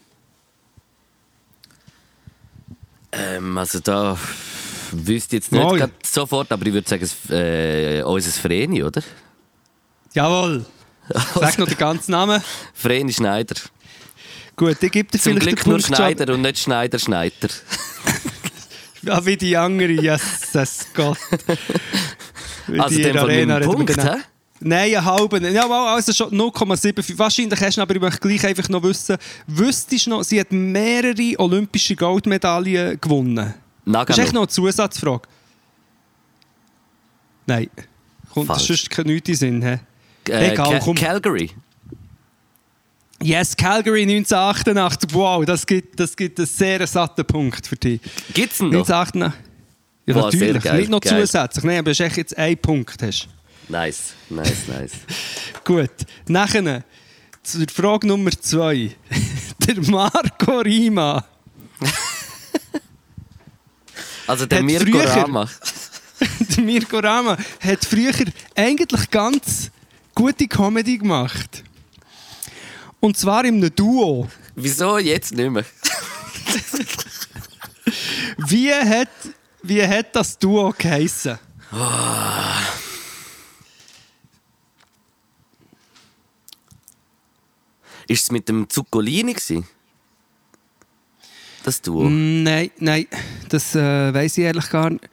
Speaker 2: Also da wüsste ich jetzt nicht grad sofort, aber ich würde sagen, unser Vreni, oder?
Speaker 3: Jawohl. Sag noch den ganzen Namen.
Speaker 2: Vreni Schneider.
Speaker 3: Gut, ich gebe dir
Speaker 2: Zum
Speaker 3: vielleicht
Speaker 2: Glück
Speaker 3: den
Speaker 2: nur
Speaker 3: Punkt
Speaker 2: Schneider und nicht Schneider.
Speaker 3: Ja, wie die andere, Jesus Gott. Wie
Speaker 2: Also
Speaker 3: die
Speaker 2: dem von
Speaker 3: Arena
Speaker 2: meinem
Speaker 3: reden wir
Speaker 2: Punkt,
Speaker 3: dann.
Speaker 2: hä?
Speaker 3: Nein, einen halben. Ja, also schon 0,75. Wahrscheinlich hast du ihn, aber ich möchte gleich einfach noch wissen. Wüsstest du noch, sie hat mehrere olympische Goldmedaillen gewonnen. Das ist echt noch eine Zusatzfrage. Nein. Kommt das sonst nichts in den Sinn? He? Egal, komm.
Speaker 2: Calgary.
Speaker 3: Yes, Calgary 1988. Wow, das gibt einen sehr satten Punkt für dich.
Speaker 2: Gibt es ihn noch?
Speaker 3: 1988. Ja,
Speaker 2: Wow,
Speaker 3: natürlich.
Speaker 2: sehr geil,
Speaker 3: Nicht noch
Speaker 2: geil.
Speaker 3: zusätzlich. Nein, aber es ist echt jetzt ein Punkt. Hast.
Speaker 2: Nice.
Speaker 3: Gut. Nachher zur Frage Nummer 2. Der Marco Rima.
Speaker 2: Also der
Speaker 3: Hat
Speaker 2: Mirko
Speaker 3: früher-
Speaker 2: Rama.
Speaker 3: Der Mirko Rama hat früher eigentlich ganz gute Comedy gemacht. Und zwar in einem Duo.
Speaker 2: Wieso jetzt nicht mehr?
Speaker 3: Wie hat das Duo geheissen?
Speaker 2: Ist es mit dem Zuccolini gewesen? Das Duo?
Speaker 3: Nein, das weiss ich ehrlich gar nicht.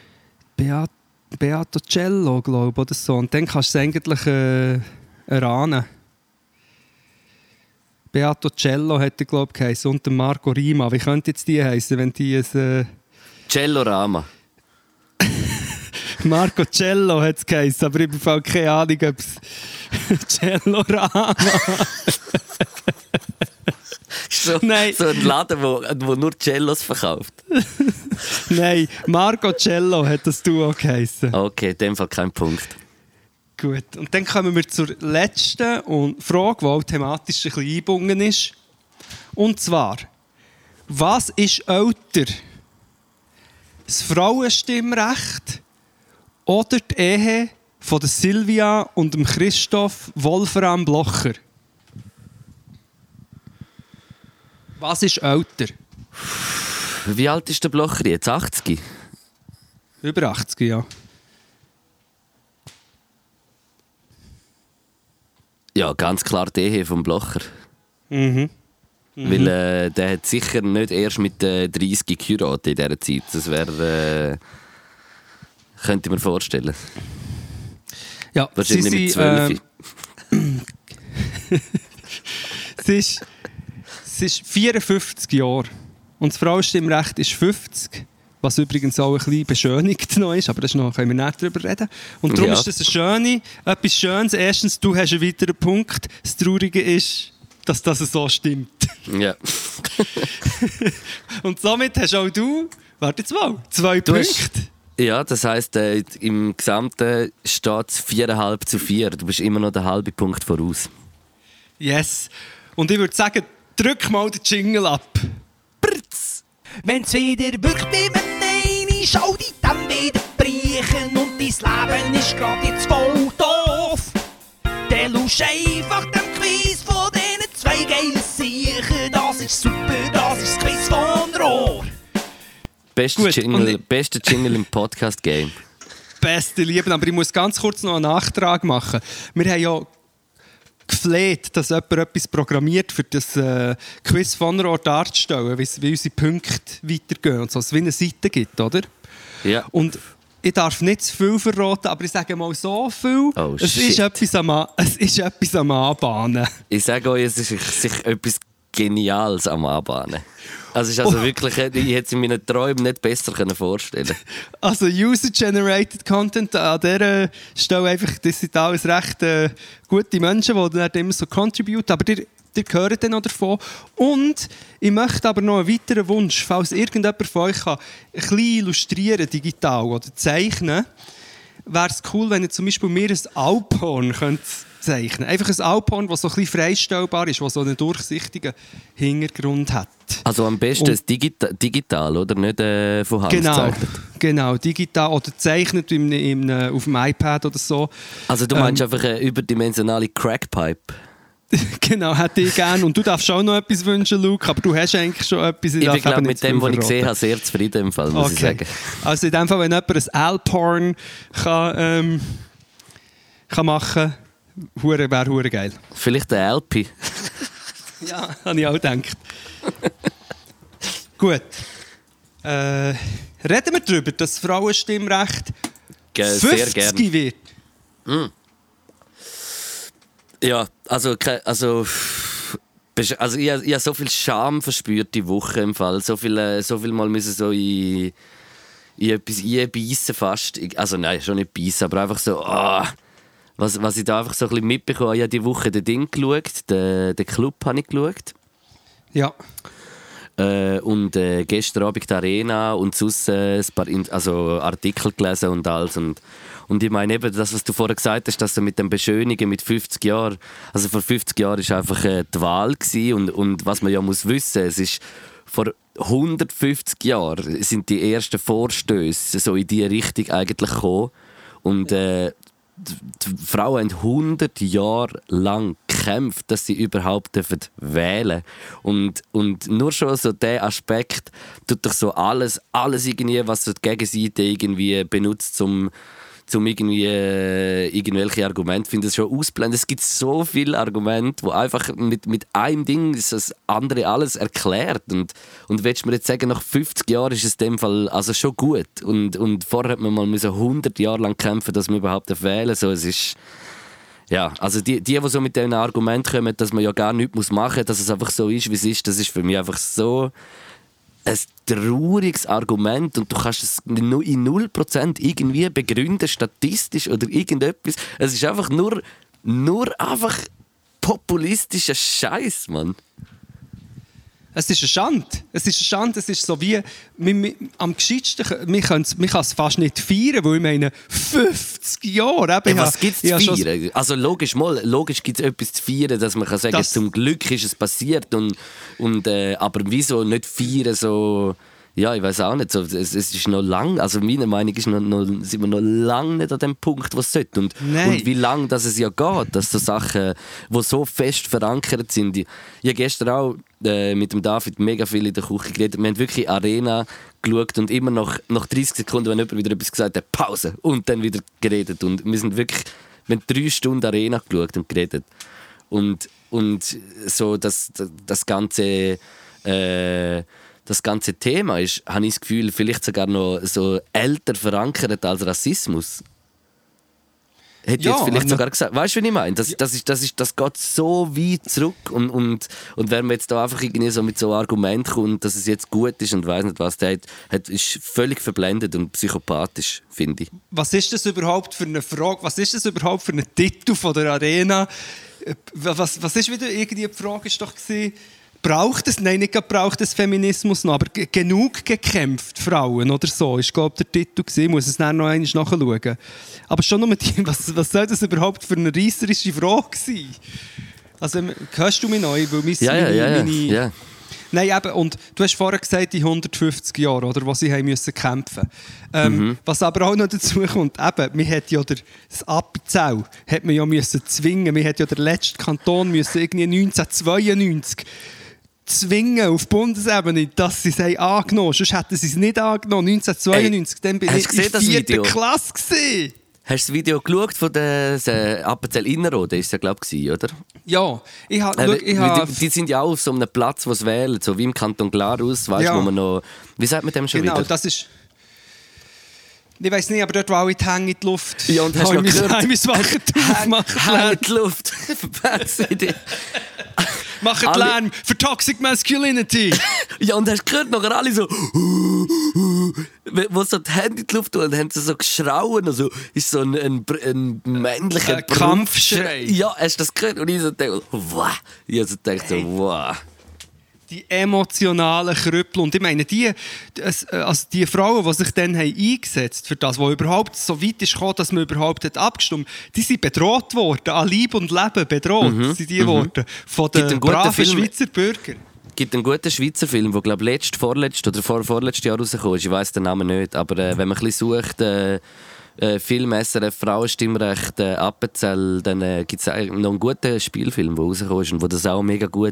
Speaker 3: Beato Cello, glaube ich, oder so. Und dann kannst du es eigentlich erahnen. Beato Cello hätte ich, glaube ich, geheißen. Und der Marco Rima. Wie könnte jetzt die heißen, wenn die ein...
Speaker 2: Cello Rama.
Speaker 3: Marco Cello hat es geheißen, aber ich habe keine Ahnung, ob es Cello Rama... Nein.
Speaker 2: So ein Laden, wo nur Cellos verkauft.
Speaker 3: Nein, Marco Cello hat das Duo geheißen.
Speaker 2: Okay, in dem Fall kein Punkt.
Speaker 3: Gut, und dann kommen wir zur letzten Frage, die auch thematisch ein bisschen eingebunden ist. Und zwar, was ist älter? Das Frauenstimmrecht oder die Ehe von der Silvia und dem Christoph Wolfram Blocher? Was ist älter?
Speaker 2: Wie alt ist der Blocher jetzt? 80?
Speaker 3: Über 80, ja.
Speaker 2: Ja, ganz klar die Ehe vom Blocher.
Speaker 3: Mhm.
Speaker 2: Weil der hat sicher nicht erst mit 30 geheiratet in dieser Zeit. Das wäre... könnte ich mir vorstellen.
Speaker 3: Ja,
Speaker 2: Wahrscheinlich mit 12.
Speaker 3: Sie ist 54 Jahre. Und das Frauenstimmrecht ist 50. Was übrigens auch ein bisschen beschönigt noch ist, aber das ist noch, können wir nicht darüber reden. Und darum ist das etwas Schönes. Erstens, du hast einen weiteren Punkt. Das Traurige ist, dass das so stimmt.
Speaker 2: Ja.
Speaker 3: Und somit hast auch du, warte jetzt mal, 2 Punkte.
Speaker 2: Ja, das heisst, im Gesamten steht es 4,5-4. Du bist immer noch den halben Punkt voraus.
Speaker 3: Yes. Und ich würde sagen, drück mal den Jingle ab.
Speaker 4: Wenn's wieder wirkt mit einem schau dich dann wieder brechen und dein Leben ist grad jetzt voll doof. Dann lusch einfach dem Quiz von diesen 2 geilen Siechen. Das ist super, das ist das Quiz von Rohr.
Speaker 2: Bester Jingle im Podcast-Game.
Speaker 3: Beste Lieben, aber ich muss ganz kurz noch einen Nachtrag machen. Wir haben ja gefleht, dass jemand etwas programmiert, für das Quiz von Rohr darzustellen, wie unsere Punkte weitergehen und so, es wie eine Seite gibt, oder?
Speaker 2: Ja.
Speaker 3: Und ich darf nicht zu viel verraten, aber ich sage mal so viel, es ist etwas am Anbahnen.
Speaker 2: Ich sage euch, es ist sich etwas Geniales am Anbahnen. Also ist also wirklich, ich hätte es in meinen Träumen nicht besser vorstellen können.
Speaker 3: Also User-Generated Content an dieser Stelle einfach, das sind alles recht gute Menschen, die dann immer so contributen, aber ihr hört dann noch davon. Und ich möchte aber noch einen weiteren Wunsch, falls irgendjemand von euch kann, ein bisschen illustrieren, digital oder zeichnen, wäre es cool, wenn ihr zum Beispiel mir ein Alphorn könnt zeichnen. Einfach ein Alphorn, das so ein bisschen freistellbar ist, das so einen durchsichsichtigen Hintergrund hat.
Speaker 2: Also am besten ein digital, oder? Nicht von Hand gezeichnet.
Speaker 3: Genau, digital oder gezeichnet auf dem iPad oder so.
Speaker 2: Also du meinst einfach eine überdimensionale Crackpipe?
Speaker 3: Genau, hätte ich gerne. Und du darfst auch noch etwas wünschen, Luke, aber du hast eigentlich schon etwas.
Speaker 2: Ich bin, glaube mit dem, was ich gesehen habe, sehr zufrieden im Fall, muss ich sagen.
Speaker 3: Also in dem Fall, wenn jemand ein Alphorn kann machen kann, wäre hure geil.
Speaker 2: Vielleicht ein Alpi.
Speaker 3: Ja, habe ich auch gedacht. Gut. Reden wir darüber, dass Frauenstimmrecht 50
Speaker 2: sehr gerne
Speaker 3: wird.
Speaker 2: Ja, also ich habe so viel Scham verspürt die Woche im Fall. So viel Mal müssen so in etwas einbeissen fast. Also nein, schon nicht beißen, aber einfach so... Was ich da einfach so ein bisschen mitbekommen habe, ich habe diese Woche den Ding geschaut, den Club habe ich geschaut.
Speaker 3: Ja.
Speaker 2: Und gestern Abend die Arena und sonst ein paar Artikel gelesen und alles. Und ich meine eben, das, was du vorher gesagt hast, dass du mit dem Beschönigen mit 50 Jahren, also vor 50 Jahren war einfach die Wahl gewesen und was man ja muss wissen, es ist vor 150 Jahren sind die ersten Vorstöße so in diese Richtung eigentlich gekommen und die Frauen haben 100 Jahre lang gekämpft, dass sie überhaupt wählen dürfen. Und nur schon so der Aspekt tut doch so alles irgendwie, was so die Gegenseite irgendwie benutzt, um irgendwie irgendwelche Argumente, finde ich schon ausblenden. Es gibt so viele Argumente, die einfach mit einem Ding das andere alles erklärt. Und willst du mir jetzt sagen, nach 50 Jahren ist es in dem Fall also schon gut. Und vorher hat man mal 100 Jahre lang kämpfen, dass man überhaupt wählen darf. So, es ist... Ja, also die so mit diesem Argument kommen, dass man ja gar nichts machen muss, dass es einfach so ist, wie es ist, das ist für mich einfach so ein trauriges Argument und du kannst es in 0% irgendwie begründen, statistisch oder irgendetwas. Es ist einfach nur einfach populistischer Scheiß, Mann.
Speaker 3: Es ist eine Schande. Es ist so wie, am gescheitsten, man kann es fast nicht feiern, weil ich meine, 50 Jahre.
Speaker 2: Ja, was gibt es zu feiern? Also logisch gibt es etwas zu feiern, dass man kann sagen, zum Glück ist es passiert. Aber wieso nicht feiern so... Ja, ich weiß auch nicht. So, es ist noch lang. Also meiner Meinung nach sind wir noch lange nicht an dem Punkt, wo es sollte. Und wie lange es ja geht, dass so Sachen, die so fest verankert sind. Ich habe gestern auch mit dem David mega viel in der Küche geredet. Wir haben wirklich Arena geschaut und immer nach 30 Sekunden, wenn jemand wieder etwas gesagt hat, Pause und dann wieder geredet. Und wir haben 3 Stunden Arena geschaut und geredet. Und so das ganze... Das ganze Thema ist, habe ich das Gefühl, vielleicht sogar noch so älter verankert als Rassismus. Hätte ich jetzt vielleicht sogar gesagt. Weißt du, was ich meine? Das geht so weit zurück. Und wenn man jetzt da einfach irgendwie so mit so einem Argument kommt, dass es jetzt gut ist und weiss nicht was, der ist völlig verblendet und psychopathisch, finde ich.
Speaker 3: Was ist das überhaupt für eine Frage? Was ist das überhaupt für ein Titel von der Arena? Was ist wieder irgendwie die Frage ist doch gewesen, braucht es, nein, nicht braucht es Feminismus noch, aber genug gekämpft, Frauen oder so, ist glaube ich der Titel gewesen. Ich muss es dann noch einmal nachschauen. Aber schon nur was soll das überhaupt für eine reisserische Frage sein? Also, hörst du mich noch?
Speaker 2: Ja.
Speaker 3: Nein, eben, und du hast vorher gesagt, die 150 Jahre, oder, wo sie haben müssen kämpfen. Was aber auch noch dazu kommt, eben, man hat ja das Appenzell hat man ja müssen zwingen. Man hat ja den letzten Kanton müssen irgendwie 1992 zwingen auf Bundesebene, dass sie es angenommen haben. Sonst hätten sie es nicht angenommen. 1992, dann bin ich in der 4. Klasse gewesen.
Speaker 2: Hast du das Video geschaut von der Appenzell Innerrhoden? Ist ja, glaube ich, oder?
Speaker 3: Ja,
Speaker 2: die sind ja auch auf so einem Platz, wo sie wählen, so wie im Kanton Glarus, weißt, wo man noch... Wie sagt man dem schon wieder?
Speaker 3: Genau, das ist... Ich weiss nicht, aber dort, wo alle die Hänge in die Luft...
Speaker 2: Ja, und hast du noch gehört?
Speaker 3: Hänge in die Luft.
Speaker 2: Hänge in die Luft.
Speaker 3: Macht Lärm für Toxic Masculinity.
Speaker 2: Ja, und hast gehört nachher alle so, wo so die Hände in die Luft tun und haben sie so geschrauen, also ist so ein männlicher
Speaker 3: Kampfschrei.
Speaker 2: Ja, hast du das gehört? Und ich so dachte, wow. Ich so dachte so, wow.
Speaker 3: Die emotionalen Krüppel. Und ich meine, die Frauen, die sich dann eingesetzt haben für das, was überhaupt so weit ist gekommen, dass man überhaupt hat abgestimmt, die sind bedroht worden, an Leib und Leben bedroht, sind die worden, von den braven Schweizer Bürgern.
Speaker 2: Es gibt einen guten Schweizer Film, der glaube ich vorletztes Jahr rausgekommen ist. Ich weiss den Namen nicht, aber wenn man ein bisschen sucht, Film SRF Frauenstimmrecht Appenzell, dann gibt es noch einen guten Spielfilm, der rausgekommen ist und wo das auch mega gut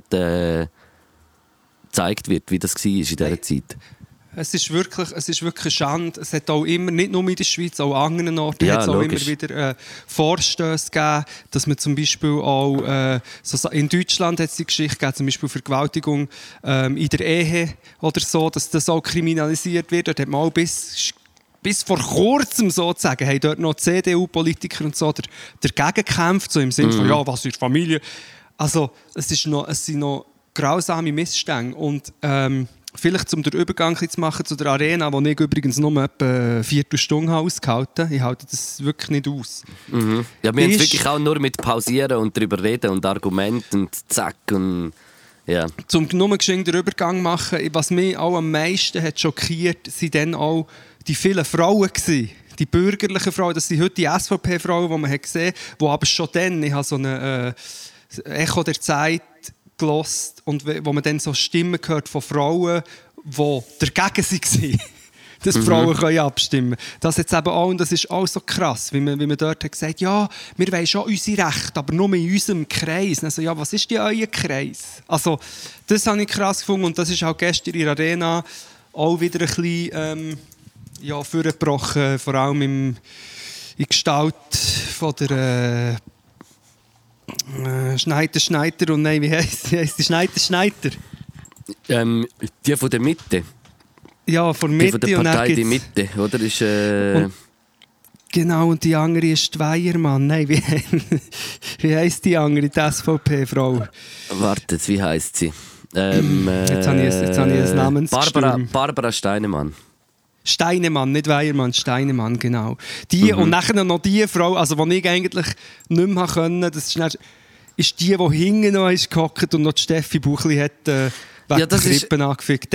Speaker 2: gezeigt wird, wie das war in dieser Zeit.
Speaker 3: Es ist wirklich eine Schande. Es hat auch immer, nicht nur in der Schweiz, auch an anderen Orten,
Speaker 2: ja,
Speaker 3: hat es auch immer wieder Vorstöße gegeben, dass man zum Beispiel auch, in Deutschland hat es die Geschichte gegeben, zum Beispiel Vergewaltigung in der Ehe oder so, dass das auch kriminalisiert wird. Dort hat man auch bis vor kurzem sozusagen, haben dort noch CDU-Politiker und so dagegen gekämpft, so im Sinne von, ja, was ist Familie? Also, es sind noch grausame Missstände. Und vielleicht, um den Übergang zu machen zu der Arena, wo ich übrigens nur etwa eine Viertelstunde ausgehalten habe. Ich halte das wirklich nicht aus.
Speaker 2: Mhm. Ja, wir haben es wirklich auch nur mit Pausieren und darüber reden und Argumenten und zack und ja.
Speaker 3: Zum nur geschwind den Übergang machen, was mich auch am meisten hat schockiert, sind dann auch die vielen Frauen gewesen. Die bürgerlichen Frauen, das sind heute die SVP-Frauen, die man hat gesehen hat, die aber schon dann, ich habe so eine Echo der Zeit gehört und wo man dann so Stimmen gehört von Frauen, die dagegen waren, dass Frauen können abstimmen können. Das jetzt eben auch, und das ist auch so krass, wie man dort hat gesagt, ja, wir wollen schon unsere Rechte, aber nur in unserem Kreis. Also, ja, was ist denn euer Kreis? Also, das habe ich krass gefunden und das ist auch gestern in der Arena auch wieder ein bisschen vorgebrochen, vor allem in Gestalt von der Schneider und nein, wie heisst die? Schneider?
Speaker 2: Die von der Mitte.
Speaker 3: Ja, von der Mitte.
Speaker 2: Die von der Partei Die Mitte, oder? Ist,
Speaker 3: genau, und die andere ist die Weiermann. Nein, wie heisst die andere, die SVP-Frau?
Speaker 2: Wartet, wie heisst sie?
Speaker 3: Jetzt habe ich ein Namensgestürm.
Speaker 2: Barbara Steinemann.
Speaker 3: Steinemann, nicht Weiermann, Steinemann, genau. Die und nachher noch die Frau, also die ich eigentlich nicht mehr konnte, das ist die hinten noch ist gehockt und noch die Steffi Buchli hat wegen der Krippen angefickt.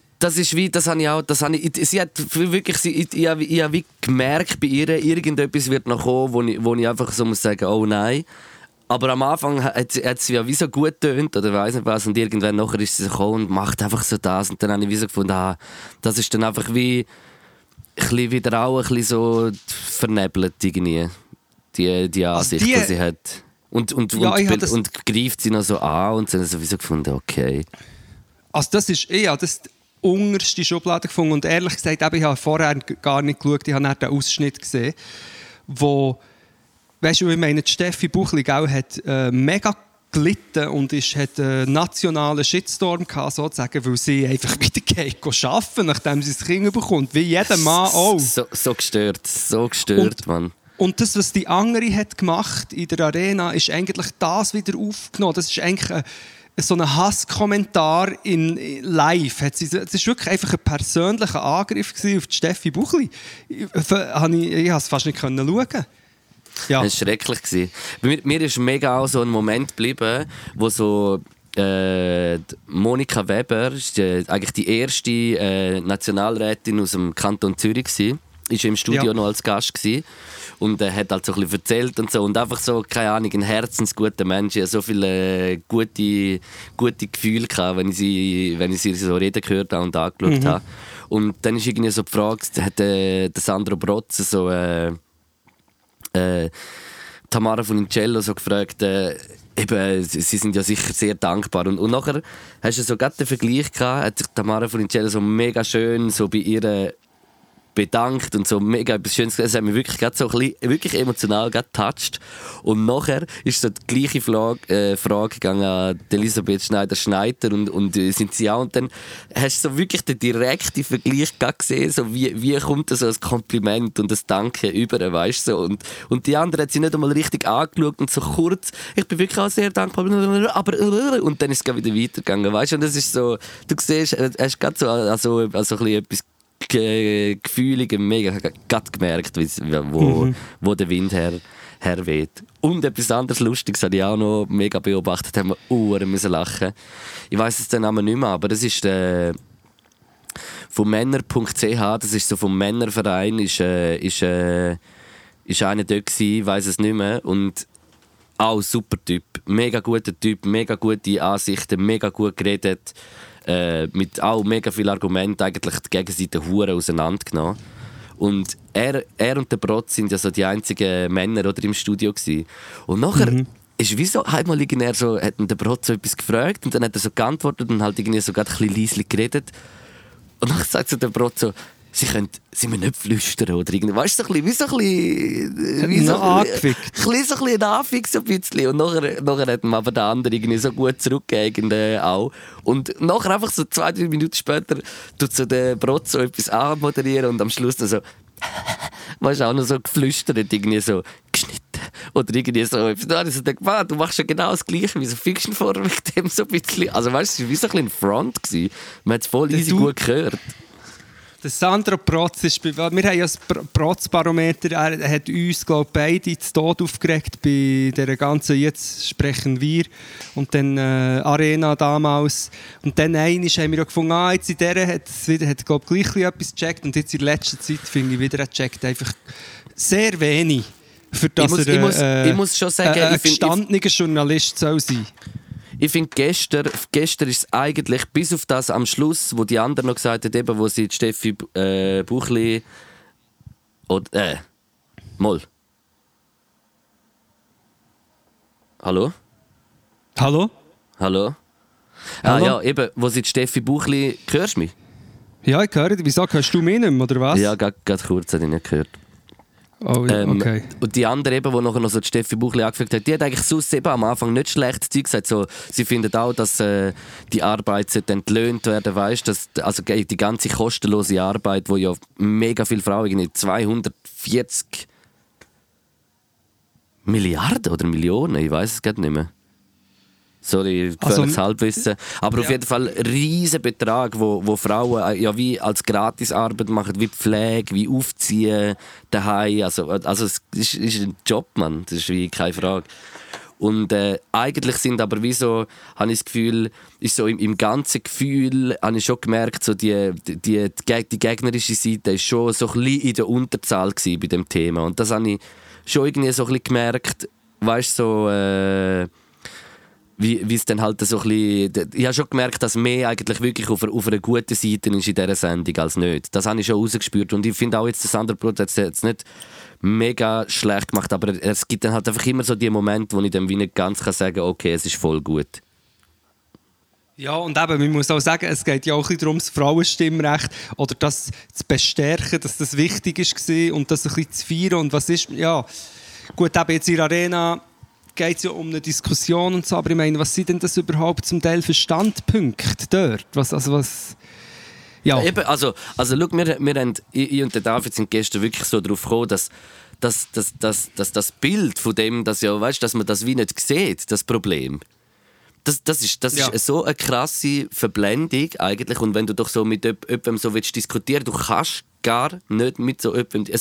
Speaker 3: Sie hat wirklich, ich habe wie gemerkt bei ihr, irgendetwas wird noch kommen, wo ich einfach so muss sagen, oh nein. Aber am Anfang hat sie ja wie so gut getönt oder weiss nicht was und irgendwann nachher ist sie gekommen und macht einfach so das und dann habe ich wie so gefunden, das ist dann einfach wie wieder auch ein bisschen so vernebelt irgendwie, die Ansicht, die sie hat. Und greift sie noch so an und dann so wie so gefunden, okay. Also das ist das unterste Schublade gefunden und ehrlich gesagt, ich habe vorher gar nicht geschaut, ich habe nicht den Ausschnitt gesehen, wo weißt du, ich meine, die Steffi Buchli hat mega gelitten und hat einen nationalen Shitstorm gehabt, sozusagen, weil sie einfach wieder geht arbeiten, nachdem sie das Kind bekommt. Wie jeder Mann auch.
Speaker 2: So gestört, Mann.
Speaker 3: Und das, was die andere hat gemacht in der Arena, ist eigentlich das wieder aufgenommen. Das ist eigentlich so ein Hasskommentar in live. Das war wirklich einfach ein persönlicher Angriff auf die Steffi Buchli. Ich konnte es fast nicht schauen. Ja.
Speaker 2: Das war schrecklich. Mir ist mega auch so ein Moment geblieben, wo so Monika Weber, eigentlich die erste Nationalrätin aus dem Kanton Zürich war, ist im Studio noch als Gast gewesen. Und hat halt so ein bisschen erzählt und so. Und einfach so, keine Ahnung, ein herzensguter Mensch. Ich hatte so viele gute Gefühle gehabt, wenn ich sie so reden gehört habe und angeschaut habe. Und dann ist irgendwie so die Frage, hat der Sandro Brotze so Tamara von Incello so gefragt, eben, sie sind ja sicher sehr dankbar. Und nachher hast du so gerade den Vergleich gehabt, hat sich Tamara von Incello so mega schön so bei ihrer bedankt und so mega etwas Schönes gesagt. Es hat mich wirklich, so ein bisschen, wirklich emotional getoucht. Und nachher ist so die gleiche Frage gegangen an Elisabeth Schneider-Schneider und sind sie auch. Und dann hast du so wirklich den direkten Vergleich gesehen, so wie kommt so ein Kompliment und das Danke über, weißt du, so. Und die andere hat sie nicht einmal richtig angeschaut und so kurz, ich bin wirklich auch sehr dankbar, aber und dann ist es wieder weitergegangen, weißt du, und das ist so, du siehst, hast gerade so also ein bisschen etwas gefühlig, mega gerade gemerkt, wo der Wind herweht. Und etwas anderes Lustiges habe ich auch noch mega beobachtet, haben wir müssen lachen. Ich weiss es dann aber nicht mehr, aber das ist von männer.ch, das ist so vom Männerverein, ist einer dort gewesen, weiss es nicht mehr, und auch super Typ, mega guter Typ, mega gute Ansichten, mega gut geredet, mit auch mega vielen Argumenten eigentlich die Gegenseite hure auseinandergenommen. Und er und der Brot sind ja so die einzigen Männer oder, im Studio gewesen. Und nachher ist wie so, einmal irgendwie so, hat der Brot so etwas gefragt und dann hat er so geantwortet und halt irgendwie so gerade ein bisschen leise geredet. Und dann sagt so der Brot so, sie müssen nicht flüstern oder irgendwie, weißt du, so ein bisschen, wie so ein Anfix, so ein bisschen. Und nachher hat ihm aber der andere irgendwie so gut zurückgegeben auch. Und nachher einfach so 2-3 Minuten später tut so der Brot so etwas anmoderieren und am Schluss dann so, weißt du, auch noch so geflüstert, irgendwie so geschnitten. Oder irgendwie so etwas. Da habe ich so gedacht, du machst ja genau das Gleiche wie so Fiction vor mit dem so ein bisschen. Also weißt du, es war wie so ein bisschen ein Front gewesen. Man hat es voll easy gut gehört.
Speaker 3: Der Sandro Protz ist, wir haben ja das Protz-Barometer, er hat uns, glaube ich, beide zu Tod aufgeregt bei dieser ganzen «Jetzt sprechen wir» und dann Arena damals. Und dann einmal haben wir auch gefunden, jetzt in dieser hat glaube ich, gleich etwas gecheckt und jetzt in letzter Zeit finde ich wieder, er checkt einfach sehr wenig, für das
Speaker 2: ich muss schon sagen,
Speaker 3: ein gestandener Journalist soll sein.
Speaker 2: Ich finde, gestern ist es eigentlich, bis auf das am Schluss, wo die anderen noch gesagt haben, eben, wo sie die Steffi Buchli Moll. Hallo?
Speaker 3: Hallo?
Speaker 2: Hallo?
Speaker 3: Hallo?
Speaker 2: Ja, eben, wo sie die Steffi Buchli, hörst du mich?
Speaker 3: Ja, ich höre dich. Wieso, hörst du mich nicht mehr, oder was?
Speaker 2: Ja, gerade kurz habe ich nicht gehört.
Speaker 3: Oh, ja, okay.
Speaker 2: Und die andere, eben, die nachher noch so die Steffi Buchli angefragt hat, die hat eigentlich sonst eben am Anfang nicht schlecht gesagt. So, sie findet auch, dass die Arbeit entlöhnt werden, weißt, dass also die ganze kostenlose Arbeit, wo ja mega viele Frauen, irgendwie 240 Milliarden oder Millionen, ich weiß es gerade nicht mehr. Sorry, gefährliches Halbwissen. Aber auf jeden Fall ein riesen Betrag, wo Frauen ja wie als Gratisarbeit machen, wie Pflege, wie Aufziehen daheim. Also es ist ein Job, Mann. Das ist wie keine Frage. Und eigentlich sind aber wie so, habe ich das Gefühl, ist so im ganzen Gefühl, habe ich schon gemerkt, so die gegnerische Seite ist schon so ein bisschen in der Unterzahl gewesen bei dem Thema. Und das habe ich schon irgendwie so ein bisschen gemerkt, weißt du, so wie es dann halt so ein bisschen... Ich habe schon gemerkt, dass mehr eigentlich wirklich auf einer guten Seite ist in dieser Sendung als nicht. Das habe ich schon rausgespürt. Und ich finde auch jetzt, das andere Brot hat es jetzt nicht mega schlecht gemacht, aber es gibt dann halt einfach immer so die Momente, wo ich dann wie nicht ganz sagen kann, okay, es ist voll gut.
Speaker 3: Ja, und eben, man muss auch sagen, es geht ja auch ein bisschen darum, das Frauenstimmrecht oder das zu bestärken, dass das wichtig war und das ein bisschen zu feiern. Und was ist... Ja, gut, eben jetzt in der Arena geht es ja um eine Diskussion und so, aber ich meine, was sind denn das überhaupt zum Teil für Standpunkte dort? Ja.
Speaker 2: Eben, also schau, wir haben, ich und der David sind gestern wirklich so darauf gekommen, dass das Bild von dem, dass man das wie nicht sieht, das Problem. Das ist so eine krasse Verblendung eigentlich, und wenn du doch so mit jemandem so willst diskutieren, du kannst gar nicht mit so jemandem...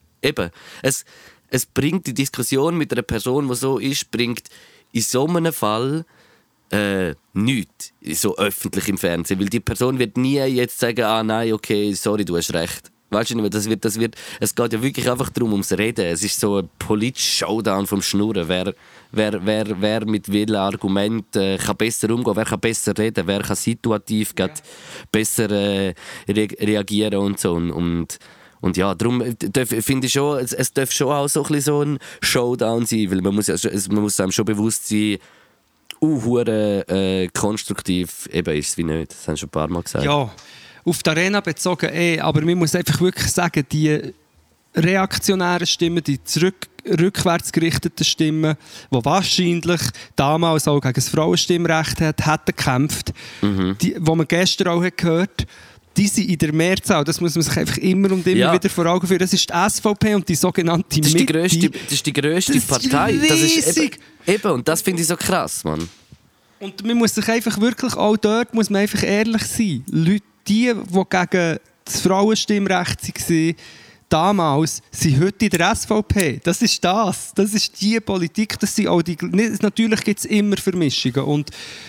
Speaker 2: Es bringt die Diskussion mit einer Person, die so ist, bringt in so einem Fall nichts, so öffentlich im Fernsehen. Weil die Person wird nie jetzt sagen, nein, okay, sorry, du hast recht. Weißt du nicht, es geht ja wirklich einfach darum, ums Reden. Es ist so ein politischer Showdown vom Schnurren. Wer mit welchem Argument kann besser umgehen, wer kann besser reden, wer kann situativ besser reagieren und so. Und ja, darum finde ich schon, es darf schon auch so ein bisschen so ein Showdown sein, weil man muss einem schon bewusst sein, konstruktiv eben ist es wie nicht. Das haben schon ein paar Mal gesagt.
Speaker 3: Ja, auf die Arena bezogen, aber man muss einfach wirklich sagen, die reaktionären Stimmen, die rückwärts gerichteten Stimmen, die wahrscheinlich damals auch gegen das Frauenstimmrecht hätten gekämpft, die man gestern auch gehört hat, die sind in der Mehrzahl. Das muss man sich einfach immer und immer wieder vor Augen führen. Das ist die SVP und die sogenannte Mitte.
Speaker 2: Das ist die grösste Partei. Das ist eben, und das finde ich so krass, Mann.
Speaker 3: Und man muss sich einfach wirklich, auch dort muss man einfach ehrlich sein. Leute, die gegen das Frauenstimmrecht waren, damals, sind heute in der SVP. Das ist das. Das ist die Politik. Das sind auch die, natürlich gibt es immer Vermischungen und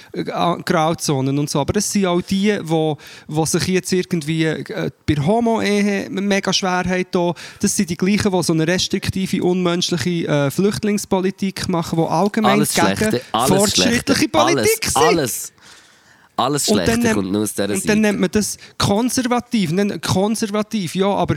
Speaker 3: Grauzonen und so. Aber das sind auch die, die sich jetzt irgendwie bei Homo-Ehe mega schwer haben. Das sind die gleichen, die so eine restriktive, unmenschliche Flüchtlingspolitik machen, die allgemein
Speaker 2: alles
Speaker 3: gegen fortschrittliche Politik sind.
Speaker 2: Alles Schlechte kommt nur aus dieser Seite.
Speaker 3: Und dann nennt man das konservativ. Konservativ, ja, aber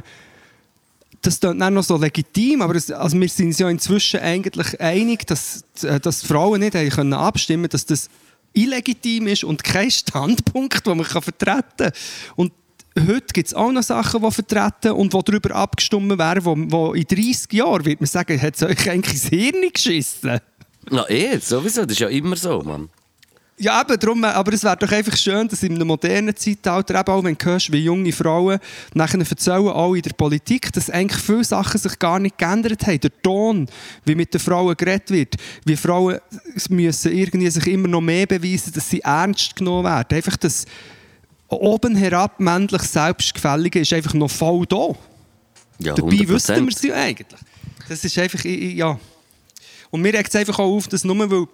Speaker 3: das klingt dann noch so legitim, aber also wir sind uns ja inzwischen eigentlich einig, dass Frauen nicht können abstimmen können, dass das illegitim ist und kein Standpunkt, den man vertreten kann. Und heute gibt es auch noch Sachen, die vertreten und wo darüber abgestimmt werden, wo in 30 Jahren wird man sagen, hat es euch eigentlich ins Hirn geschissen?
Speaker 2: Na sowieso, das ist ja immer so, Mann.
Speaker 3: Ja, eben, darum, aber es wäre doch einfach schön, dass in einem modernen Zeitalter, eben auch wenn du hörst, wie junge Frauen nachher erzählen, auch in der Politik, dass eigentlich viele Sachen sich gar nicht geändert haben. Der Ton, wie mit den Frauen geredet wird, wie Frauen müssen irgendwie sich immer noch mehr beweisen, dass sie ernst genommen werden. Einfach das oben herab männlich Selbstgefällige ist einfach noch voll da.
Speaker 2: Ja,
Speaker 3: dabei wüssten wir es ja eigentlich. Das ist einfach, ja. Und mir regt es einfach auch auf, dass nur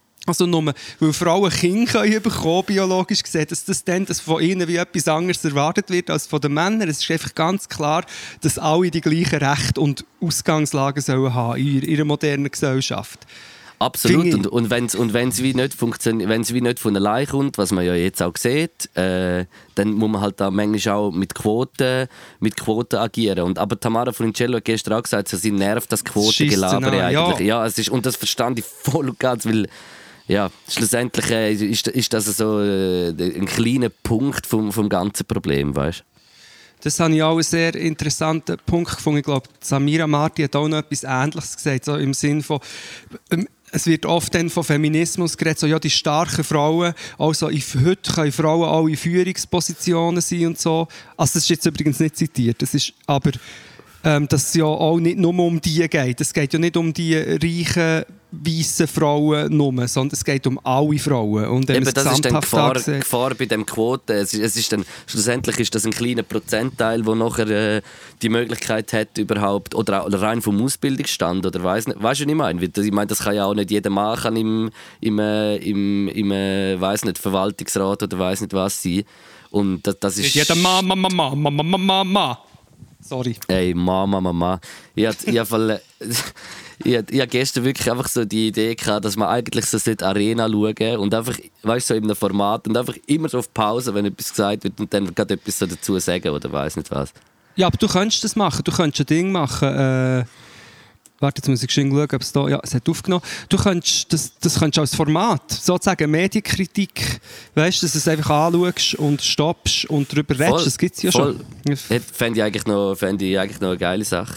Speaker 3: weil Frauen Kinder bekommen können, biologisch gesehen, dass von ihnen wie etwas anderes erwartet wird als von den Männern. Es ist einfach ganz klar, dass alle die gleichen Rechte und Ausgangslagen sollen haben in ihrer modernen Gesellschaft.
Speaker 2: Absolut. Und wenn es wie nicht funktioniert, wenn es wie nicht von allein kommt, was man ja jetzt auch sieht, dann muss man halt da manchmal auch mit Quoten agieren. Aber Tamara Funicello hat gestern auch gesagt, sie nervt das Quotengelaber eigentlich. Ja, es ist, und das verstand ich voll und ganz, weil ja, schlussendlich ist das so ein kleiner Punkt vom ganzen Problem, weißt du?
Speaker 3: Das habe ich auch einen sehr interessanten Punkt gefunden. Ich glaube, Samira Marti hat auch noch etwas Ähnliches gesagt, so im Sinn von es wird oft dann von Feminismus geredet, so, ja, die starken Frauen, also heute können Frauen auch in Führungspositionen sein und so. Also das ist jetzt übrigens nicht zitiert, das ist aber dass es ja auch nicht nur um die geht. Es geht ja nicht um die reichen, weißen Frauen nur, sondern es geht um alle Frauen. Und
Speaker 2: eben, das ist dann Gefahr bei dem Quoten. Schlussendlich ist das ein kleiner Prozentteil, der nachher die Möglichkeit hat, überhaupt, oder rein vom Ausbildungsstand, oder weißt du, was ich meine? Ich meine, das kann ja auch nicht jeder Mann kann im weiss nicht, Verwaltungsrat oder weiss nicht was sein. Und das ist...
Speaker 3: Jeder Mann. Sorry.
Speaker 2: Ey, Mama. Ich habe gestern wirklich einfach so die Idee gehabt, dass man eigentlich so die Arena schauen und einfach, weißt du, so in einem Format und einfach immer so auf Pause, wenn etwas gesagt wird und dann gerade etwas so dazu sagen oder weiss nicht was.
Speaker 3: Ja, aber du könntest das machen. Du könntest ein Ding machen. Warte, jetzt muss ich schauen, ob es da... Ja, es hat aufgenommen. Du könntest das könntest als Format, sozusagen Medienkritik, weißt du, dass du es einfach anschaust und stoppst und darüber redest. Das gibt es ja schon.
Speaker 2: Fände ich eigentlich noch eine geile Sache.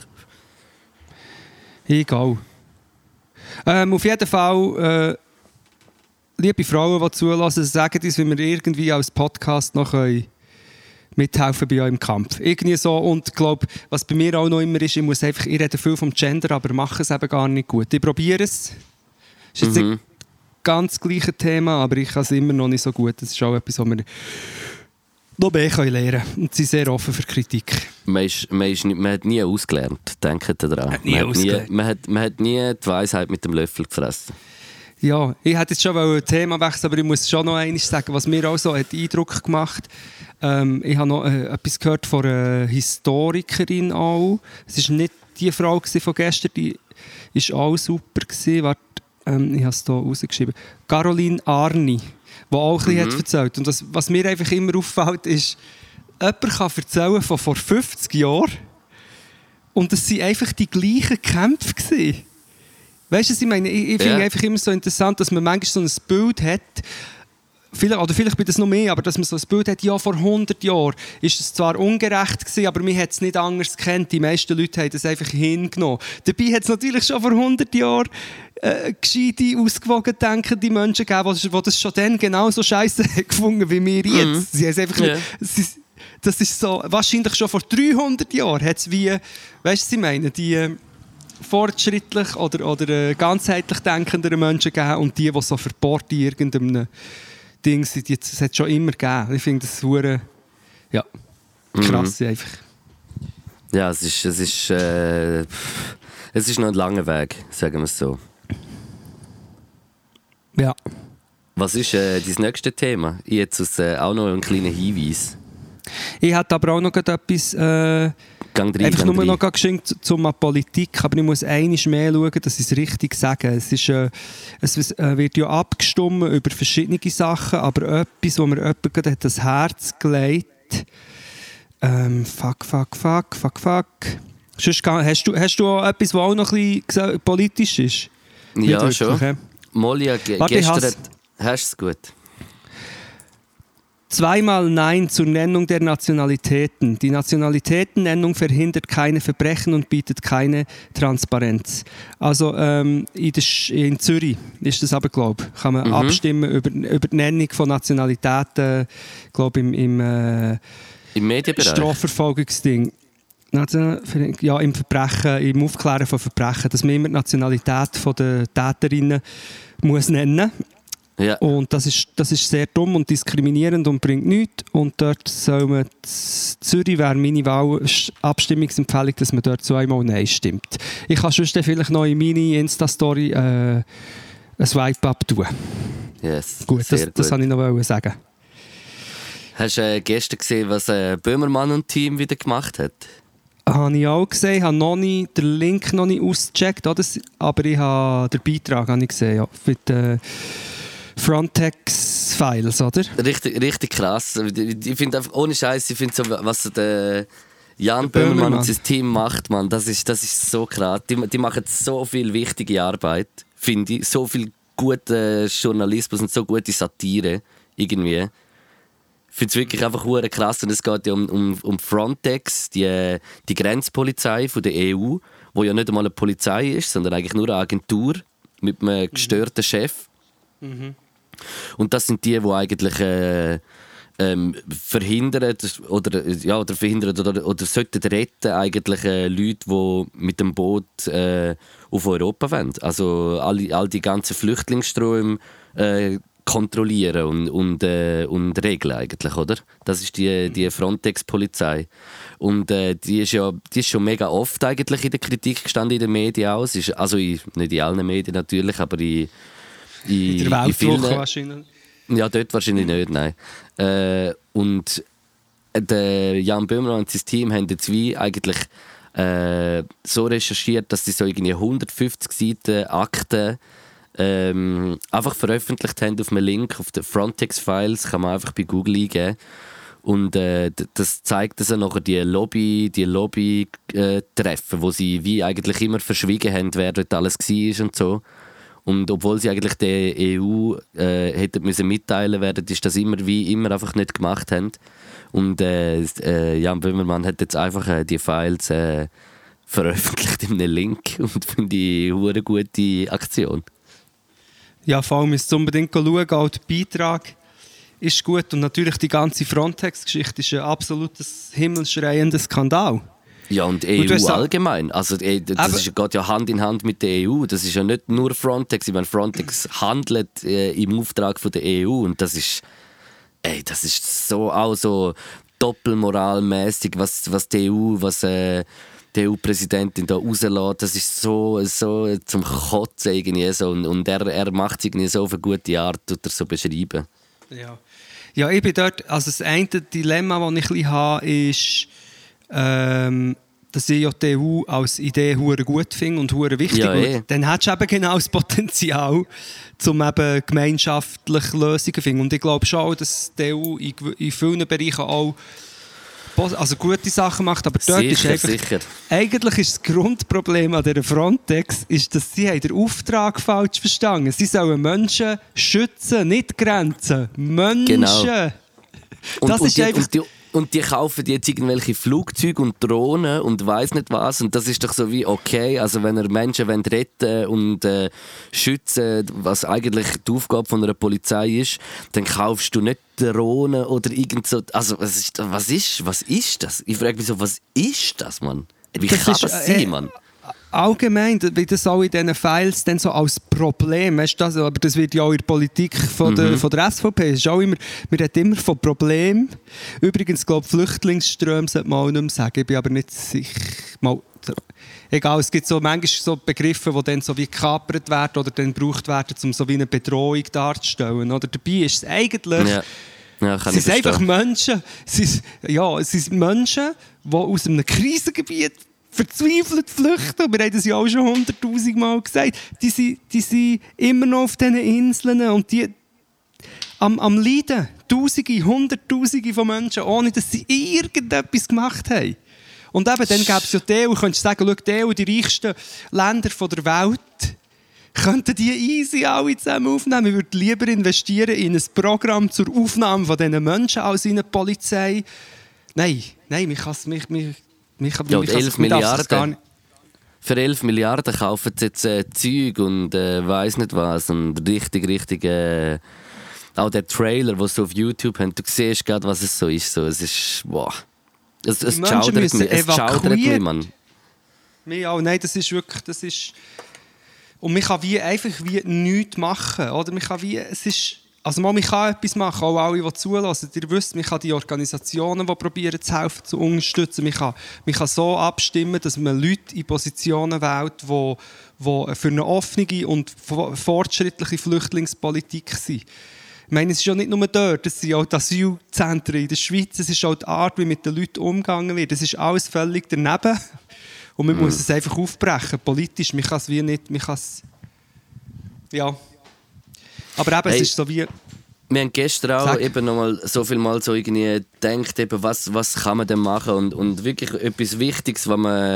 Speaker 3: Egal. Auf jeden Fall, liebe Frauen, die zulassen, sagen uns, wie wir irgendwie als Podcast noch mithelfen bei euch im Kampf. Irgendwie so. Und ich glaube, was bei mir auch noch immer ist, ich rede viel vom Gender, aber mache es eben gar nicht gut. Ich probiere es. Das ist jetzt nicht ganz das gleiche Thema, aber ich kann es immer noch nicht so gut. Das ist auch etwas, was wir noch mehr lernen können. Und sie sind sehr offen für Kritik.
Speaker 2: Man hat nie ausgelernt, denkt daran. Man hat nie die Weisheit mit dem Löffel gefressen.
Speaker 3: Ja, ich hätte jetzt schon ein Thema wechseln, aber ich muss schon noch eines sagen, was mir auch so einen Eindruck gemacht hat. Ich habe noch etwas gehört von einer Historikerin auch. Es war nicht die Frau von gestern, die war auch super. Warte, ich habe es hier rausgeschrieben. Caroline Arni, die auch ein bisschen erzählt. Und was mir einfach immer auffällt, ist, jemand kann erzählen von vor 50 Jahren und es waren einfach die gleichen Kämpfe gewesen. Weißt du, ich meine, ich finde einfach immer so interessant, dass man manchmal so ein Bild hat vielleicht bin das noch mehr, aber dass man so ein Bild hat, ja, vor 100 Jahren ist es zwar ungerecht gewesen, aber man hat es nicht anders gekannt. Die meisten Leute haben das einfach hingenommen. Dabei hat es natürlich schon vor 100 Jahren gescheite, ausgewogen denkende Menschen gegeben, die das schon dann genauso scheiße gefunden wie wir jetzt. Sie haben es einfach nicht, das ist so, wahrscheinlich schon vor 300 Jahren hat es wie, weißt du, was ich meine, die fortschrittlich oder ganzheitlich denkenderen Menschen gegeben und die so verbohrt in irgendeinem Ding sind, das hat es schon immer gegeben. Ich finde das hure, ja, krass einfach.
Speaker 2: Ja, es ist noch ein langer Weg, sagen wir es so.
Speaker 3: Ja.
Speaker 2: Was ist dein nächstes Thema? Ich jetzt auch noch einen kleinen Hinweis.
Speaker 3: Ich hätte aber auch noch etwas einfach nur noch geschenkt zur Politik, aber ich muss einmal mehr schauen, dass ich es richtig sage. Es wird ja abgestimmt über verschiedene Sachen, aber etwas, wo mir jemand gerade das Herz gelegt fuck. Sonst hast du auch etwas, was auch noch ein bisschen politisch ist?
Speaker 2: Ja, schon. Okay. Molly, gestern hast du es gut.
Speaker 3: Zweimal Nein zur Nennung der Nationalitäten. Die Nationalitätennennung verhindert keine Verbrechen und bietet keine Transparenz. Also in Zürich ist das aber, glaube ich, kann man abstimmen über die Nennung von Nationalitäten, glaube im
Speaker 2: Medienbereich.
Speaker 3: Strafverfolgungsding. Ja, im Aufklären von Verbrechen, dass man immer die Nationalität der Täterinnen muss nennen.
Speaker 2: Ja.
Speaker 3: Und das ist sehr dumm und diskriminierend und bringt nichts. Und dort soll man, Zürich wäre meine Abstimmungsempfehlung, dass man dort zweimal Nein stimmt. Ich kann sonst vielleicht noch in meine Insta-Story ein Swipe-Up tun.
Speaker 2: Yes,
Speaker 3: gut, das wollte ich noch sagen.
Speaker 2: Hast du gestern gesehen, was Böhmermann und Team wieder gemacht hat?
Speaker 3: Habe ich auch gesehen, habe noch nicht, den Link noch nicht ausgecheckt, aber ich habe den Beitrag gesehen, ja, mit Frontex-Files, oder?
Speaker 2: Richtig krass. Ich finde einfach, ohne Scheiß, ich finde so, was der Jan Böhmermann und sein Team macht, man, das ist so krass. Die machen so viel wichtige Arbeit, finde ich. So viel guter Journalismus und so gute Satire, irgendwie. Ich finde es wirklich einfach hure krass. Und es geht ja um Frontex, die Grenzpolizei von der EU, wo ja nicht einmal eine Polizei ist, sondern eigentlich nur eine Agentur mit einem gestörten Chef. Und das sind die eigentlich verhindern oder sollten retten eigentlich Leute, die mit dem Boot auf Europa wollen. Also all die ganzen Flüchtlingsströme kontrollieren und regeln eigentlich, oder? Das ist die Frontex-Polizei. Und die ist schon mega oft eigentlich in der Kritik gestanden in den Medien auch. Also nicht in allen Medien natürlich, aber in
Speaker 3: der Weltwoche wahrscheinlich.
Speaker 2: Ja, dort wahrscheinlich nicht, nein. Und der Jan Böhmermann und sein Team haben jetzt wie eigentlich so recherchiert, dass sie so irgendwie 150 Seiten Akten einfach veröffentlicht haben auf einem Link auf den Frontex-Files, kann man einfach bei Google eingeben. Und das zeigt also nachher die Lobby-Treffen, wo sie wie eigentlich immer verschwiegen haben, wer dort alles war und so. Und obwohl sie eigentlich der EU hätten müssen mitteilen werden, ist das immer einfach nicht gemacht haben. Und Jan Böhmermann hat jetzt einfach die Files veröffentlicht in einem Link und finde ich eine gute Aktion.
Speaker 3: Ja, vor allem müsst ihr unbedingt schauen, auch der Beitrag ist gut. Und natürlich die ganze Frontex-Geschichte ist ein absolutes himmelschreiender Skandal.
Speaker 2: Ja, und EU allgemein. Also, das geht ja Hand in Hand mit der EU. Das ist ja nicht nur Frontex. Ich meine, Frontex handelt im Auftrag von der EU. Und das ist so auch so doppelmoralmäßig, was die EU, die EU-Präsidentin da rauslässt. Das ist so zum Kotzen irgendwie so. Und er macht es irgendwie so auf eine gute Art, tut er so beschreiben.
Speaker 3: Ja, ich bin dort, also das eine Dilemma, das ich ein bisschen habe, ist, dass ich die EU als Idee hure gut finde und hure wichtig.
Speaker 2: Ja,
Speaker 3: dann hast du eben genau das Potenzial, um eben gemeinschaftliche Lösungen zu finden. Und ich glaube schon, dass die EU in vielen Bereichen auch also gute Sachen macht, aber dort ist einfach...
Speaker 2: Sicher.
Speaker 3: Eigentlich ist das Grundproblem an dieser Frontex, ist, dass sie den Auftrag falsch verstanden haben. Sie sollen Menschen schützen, nicht Grenzen. Menschen!
Speaker 2: Genau.
Speaker 3: Das ist einfach...
Speaker 2: Und die kaufen jetzt irgendwelche Flugzeuge und Drohnen und weiss nicht was. Und das ist doch so wie okay. Also wenn ihr Menschen retten und schützen, was eigentlich die Aufgabe von einer Polizei ist, dann kaufst du nicht Drohnen oder irgend so. Also was ist das? Ich frage mich so, was ist das, Mann? Wie
Speaker 3: das
Speaker 2: kann das sein, Mann?
Speaker 3: Allgemein, wie das auch in diesen Files dann so als Problem, weißt du, aber das wird ja auch in der Politik von der SVP, es ist auch immer, man redet immer von Problemen. Übrigens, glaube ich, Flüchtlingsströme sollte man auch nicht mehr sagen, ich bin aber nicht sicher. Egal, es gibt so manchmal so Begriffe, die dann so wie gekapert werden oder dann gebraucht werden, um so wie eine Bedrohung darzustellen. Oder dabei ist es eigentlich...
Speaker 2: Ja,
Speaker 3: es sind einfach Menschen, es sind Menschen, die aus einem Krisengebiet verzweifelt flüchten. Wir haben das ja auch schon 100'000 Mal gesagt. Die sind immer noch auf diesen Inseln und die am Leiden. Tausende, Hunderttausende von Menschen, ohne dass sie irgendetwas gemacht haben. Und eben, dann gäbe es ja die EU, könntest du sagen, schau, die EU, die reichsten Länder der Welt, könnten die easy alle zusammen aufnehmen. Wir würden lieber investieren in ein Programm zur Aufnahme von diesen Menschen als in eine Polizei. Nein, mich kann es...
Speaker 2: Ja, 11 Milliarden. Für 11 Milliarden kaufen sie jetzt Zeug und weiss nicht was. Und richtig auch der Trailer, den sie auf YouTube haben, du siehst gerade, was es so ist. So, es ist, boah. Es schaudert mich, Mann.
Speaker 3: Mir auch, nein, das ist wirklich, und man kann einfach nichts machen, oder? Man kann man kann etwas machen, auch alle, die zulassen. Ihr wisst, man kann die Organisationen, die probieren zu helfen, zu unterstützen. Man kann so abstimmen, dass man Leute in Positionen wählt, die für eine offene und fortschrittliche Flüchtlingspolitik sind. Ich meine, es ist ja nicht nur dort, es sind auch die Asylzentren in der Schweiz, es ist auch die Art, wie mit den Leuten umgegangen wird. Es ist alles völlig daneben und man muss es einfach aufbrechen, politisch. Man kann es wie nicht, ja. Aber eben, es ist so wie...
Speaker 2: Wir haben gestern auch eben noch mal so viel Mal so irgendwie gedacht, eben, was kann man denn machen und wirklich etwas Wichtiges,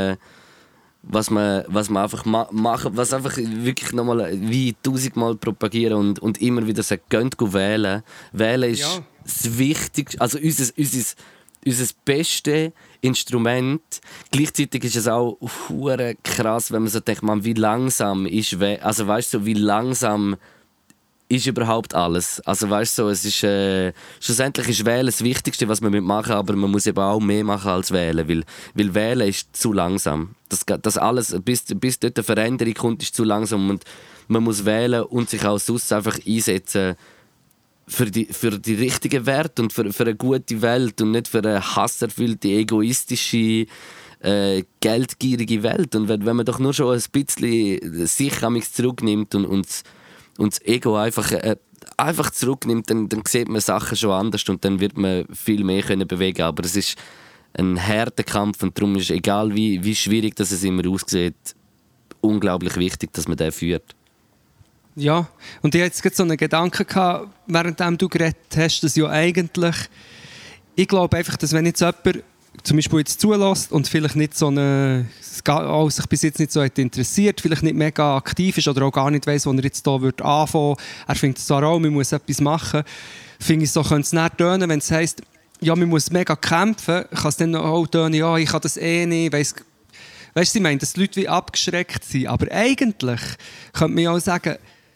Speaker 2: was man einfach machen, was einfach wirklich noch mal wie 1000-mal propagieren und immer wieder sagen, geht wählen. Wählen ist das Wichtigste, also unser bestes Instrument. Gleichzeitig ist es auch hure krass, wenn man so denkt, man, wie langsam ist also weißt du, wie langsam ist überhaupt alles. Also weißt du, es ist schlussendlich ist Wählen das Wichtigste, was man machen, aber man muss eben auch mehr machen als wählen, weil Wählen ist zu langsam. Das alles, bis dort eine Veränderung kommt, ist zu langsam und man muss wählen und sich auch sonst einfach einsetzen für die richtigen Werte und für eine gute Welt und nicht für eine hasserfüllte, egoistische, geldgierige Welt. Und wenn man doch nur schon ein bisschen sich zurücknimmt und das Ego einfach zurücknimmt, dann sieht man Sachen schon anders und dann wird man viel mehr bewegen können. Aber es ist ein harter Kampf und darum ist, egal wie schwierig das es immer aussieht, unglaublich wichtig, dass man den führt.
Speaker 3: Ja, und ich hatte jetzt so einen Gedanken gehabt, während du geredet hast, dass ja eigentlich, ich glaube einfach, dass wenn jetzt jemand zum Beispiel jetzt zulässt und vielleicht nicht so sich bis jetzt nicht so interessiert, vielleicht nicht mega aktiv ist oder auch gar nicht weiss, wo er jetzt hier anfangen würde. Er findet zwar auch, man muss etwas machen. Finde ich so, könnte es nicht tönen, wenn es heisst, ja, man muss mega kämpfen, kann es dann auch tönen, ja, ich kann das nicht, weißt du, ich meine, dass die Leute wie abgeschreckt sind. Aber eigentlich könnte man ja auch sagen,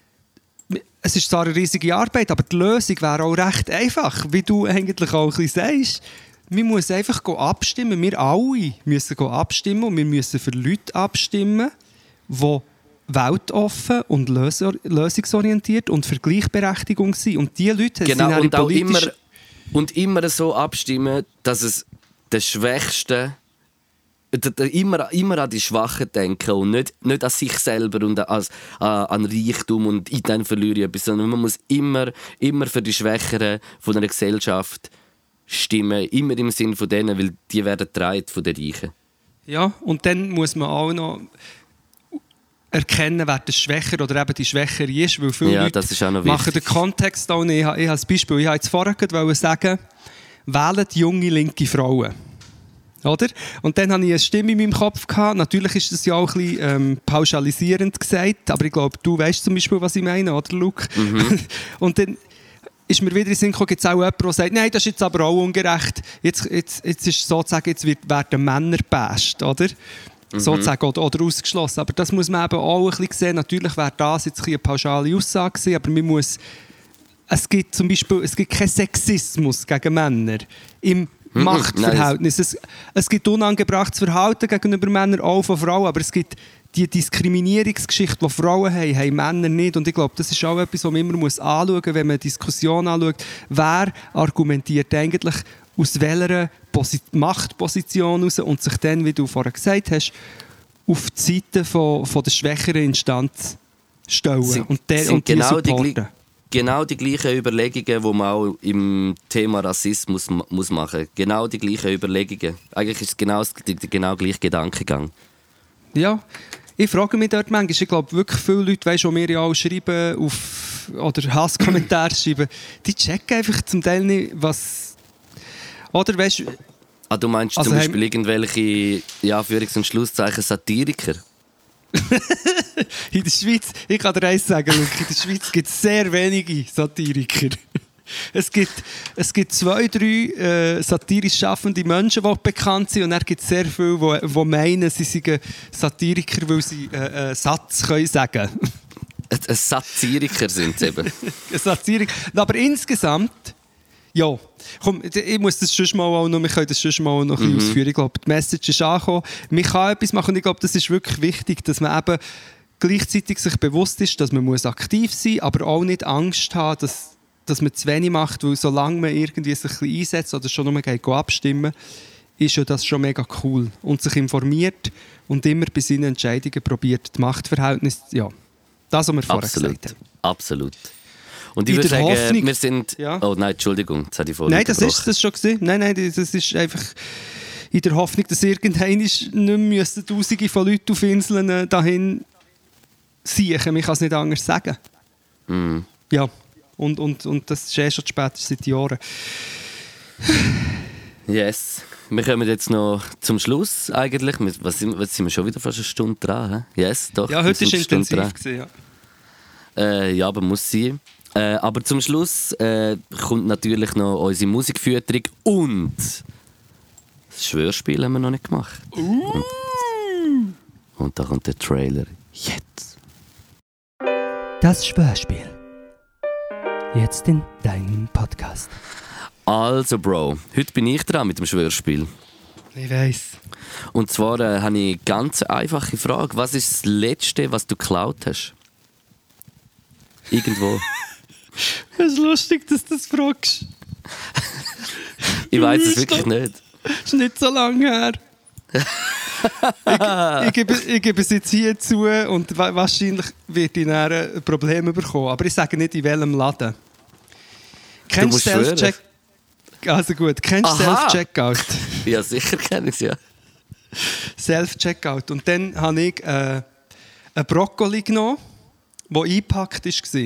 Speaker 3: es ist zwar eine riesige Arbeit, aber die Lösung wäre auch recht einfach, wie du eigentlich auch ein bisschen sagst. Man muss einfach abstimmen. Wir alle müssen abstimmen und wir müssen für Leute abstimmen, die weltoffen und lösungsorientiert und für Gleichberechtigung sind. Und diese Leute
Speaker 2: genau,
Speaker 3: sind
Speaker 2: und auch immer so abstimmen, dass es den Schwächsten immer an die Schwachen denken und nicht an sich selber und an Reichtum und in dann verliere ich etwas, sondern man muss immer für die Schwächeren von einer Gesellschaft stimmen, immer im Sinn von denen, weil die werden getragen von den Reichen. Ja,
Speaker 3: und dann muss man auch noch erkennen, wer der Schwächer oder eben die Schwächere ist, weil viele Leute
Speaker 2: das ist auch noch
Speaker 3: machen den Kontext auch nicht. Ich habe ein Beispiel, ich wollte jetzt vorher sagen, wählen junge linke Frauen. Oder? Und dann hatte ich eine Stimme in meinem Kopf gehabt. Natürlich ist das ja auch ein bisschen pauschalisierend gesagt, aber ich glaube, du weißt zum Beispiel, was ich meine, oder Luke? Und dann ist mir wieder in den Sinn gekommen, gibt es auch jemanden, der sagt, nein, das ist jetzt aber auch ungerecht. Jetzt ist sozusagen, werden Männer gebasht, oder? Sozusagen, oder ausgeschlossen. Aber das muss man eben auch ein bisschen sehen. Natürlich wäre das jetzt eine pauschale Aussage gewesen, aber man muss... Es gibt zum Beispiel keinen Sexismus gegen Männer im Machtverhältnis. Es gibt unangebrachtes Verhalten gegenüber Männern, auch von Frauen, aber es gibt die Diskriminierungsgeschichte, die Frauen haben Männer nicht. Und ich glaube, das ist auch etwas, was man immer anschauen muss, wenn man eine Diskussion anschaut. Wer argumentiert eigentlich aus welcher Machtposition raus und sich dann, wie du vorher gesagt hast, auf die Seite von der schwächeren Instanz stellen und die supporten.
Speaker 2: Genau die gleichen Überlegungen, die man auch im Thema Rassismus muss machen muss. Genau die gleichen Überlegungen. Eigentlich ist es genau gleiche Gedankengang.
Speaker 3: Ja, ich frage mich dort manchmal, ich glaube wirklich viele Leute, weißt, die mir ja auch schreiben oder Hasskommentare schreiben, die checken einfach zum Teil nicht, was... Oder weißt
Speaker 2: du meinst also zum Beispiel irgendwelche, ja, Führungs- und Schlusszeichen Satiriker?
Speaker 3: In der Schweiz, ich kann dir eins sagen, Luke, in der Schweiz gibt es sehr wenige Satiriker. Es gibt 2, 3 satirisch schaffende Menschen, die bekannt sind, und dann gibt es sehr viele, die meinen, sie seien Satiriker, weil sie einen Satz können sagen können.
Speaker 2: Ein Satiriker sind sie eben.
Speaker 3: Ein Satiriker. Aber insgesamt, ja, komm, ich muss das schon mal auch noch, wir können das schon mal noch ein bisschen ausführen. Ich glaube, die Message ist angekommen. Man kann etwas machen und ich glaube, das ist wirklich wichtig, dass man eben gleichzeitig sich bewusst ist, dass man aktiv sein muss, aber auch nicht Angst haben, dass man zu wenig macht, weil solange man irgendwie sich ein bisschen einsetzt oder schon nur abstimmen, ist ja das schon mega cool. Und sich informiert und immer bei seinen Entscheidungen probiert, die Machtverhältnisse, ja, das, was wir vorher gesagt haben.
Speaker 2: Absolut. Und ich würde sagen, wir sind... Ja. Oh nein, Entschuldigung, jetzt habe ich vorhin
Speaker 3: Nein, das ist das schon gesehen. Nein, das ist einfach in der Hoffnung, dass irgendwann nicht mehr Tausende von Leuten auf Inseln dahin siechen. Man kann es nicht anders sagen. Ja, und das ist schon spät, seit Jahren.
Speaker 2: Yes. Wir kommen jetzt noch zum Schluss eigentlich. Was sind wir schon wieder fast eine Stunde dran? He? Yes, doch.
Speaker 3: Ja, heute war intensiv gewesen, ja.
Speaker 2: Ja, aber muss sein. Aber zum Schluss kommt natürlich noch unsere Musikführung und das Schwörspiel haben wir noch nicht gemacht. Und da kommt der Trailer jetzt.
Speaker 4: Das Schwörspiel. Jetzt in deinem Podcast.
Speaker 2: Also Bro, heute bin ich dran mit dem Schwörspiel.
Speaker 3: Ich weiss.
Speaker 2: Und zwar habe ich eine ganz einfache Frage. Was ist das Letzte, was du geklaut hast? Irgendwo.
Speaker 3: Es ist lustig, dass du das fragst.
Speaker 2: Ich weiss es wirklich nicht.
Speaker 3: Das ist nicht so lange her. ich gebe es jetzt hier zu und wahrscheinlich wird ich dann ein Problem bekommen. Aber ich sage nicht, in welchem Laden. Kennst du Self-Check? Also gut, kennst du Self-Checkout?
Speaker 2: Ja, sicher kenne ich es, ja.
Speaker 3: Self-Checkout. Und dann habe ich einen Brokkoli genommen, der eingepackt war.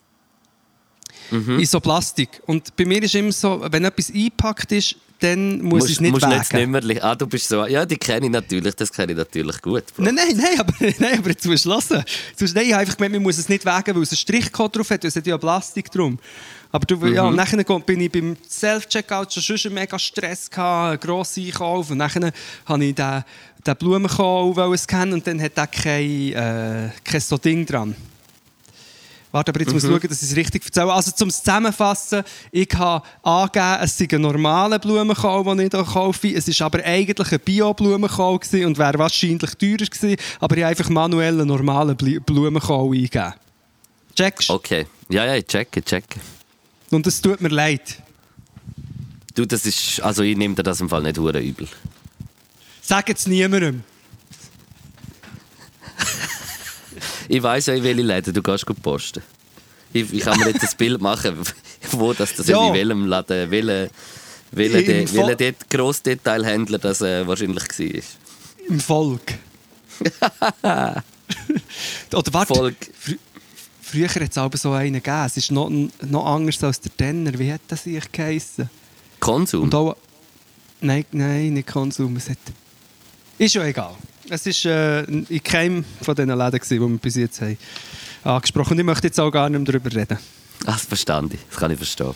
Speaker 3: In so Plastik. Und bei mir ist immer so, wenn etwas eingepackt ist, dann muss ich es nicht wägen.
Speaker 2: Du bist so... Ja, die kenne ich natürlich, das kenne ich natürlich gut.
Speaker 3: Nein, aber jetzt musst du hören. Ich habe einfach gemeint, man muss es nicht wägen, weil es einen Strichcode drauf hat, es hat ja Plastik drum. Aber ja, nachher bin ich beim Self-Checkout schon einen mega Stress gehabt, einen grossen Einkauf. Und nachher habe ich den Blumenkohl scannen und dann hat er kein so Ding dran. Warte, aber jetzt muss ich schauen, dass ich es richtig erzähle. Also zum Zusammenfassen, ich habe angegeben, es sei ein normaler Blumenkohl, den ich hier kaufe. Es war aber eigentlich ein Bio-Blumenkohl und wäre wahrscheinlich teurer gewesen. Aber ich habe einfach manuell einen normalen Blumenkohl eingegeben. Checkst du?
Speaker 2: Okay. Ja, ich checke.
Speaker 3: Und es tut mir leid.
Speaker 2: Du, das ist... Also ich nehme dir das im Fall nicht hure übel.
Speaker 3: Sag es niemandem.
Speaker 2: Ich weiss ja, in welche Läden du gehst posten. Ich kann mir jetzt ein Bild machen, wo das in welchem Laden, welcher Grossdetailhändler das wahrscheinlich war.
Speaker 3: Im Volk. Oder warte,
Speaker 2: Volk.
Speaker 3: Früher hat es aber so einen gegeben. Es ist noch anders als der Tenner. Wie hat das sich geheissen?
Speaker 2: Konsum?
Speaker 3: Und auch, nein, nicht Konsum. Ist ja egal. Es war in keinem von diesen Läden, die wir bis jetzt haben angesprochen. Und ich möchte jetzt auch gar nicht mehr darüber reden.
Speaker 2: Das verstehe ich. Das kann ich verstehen.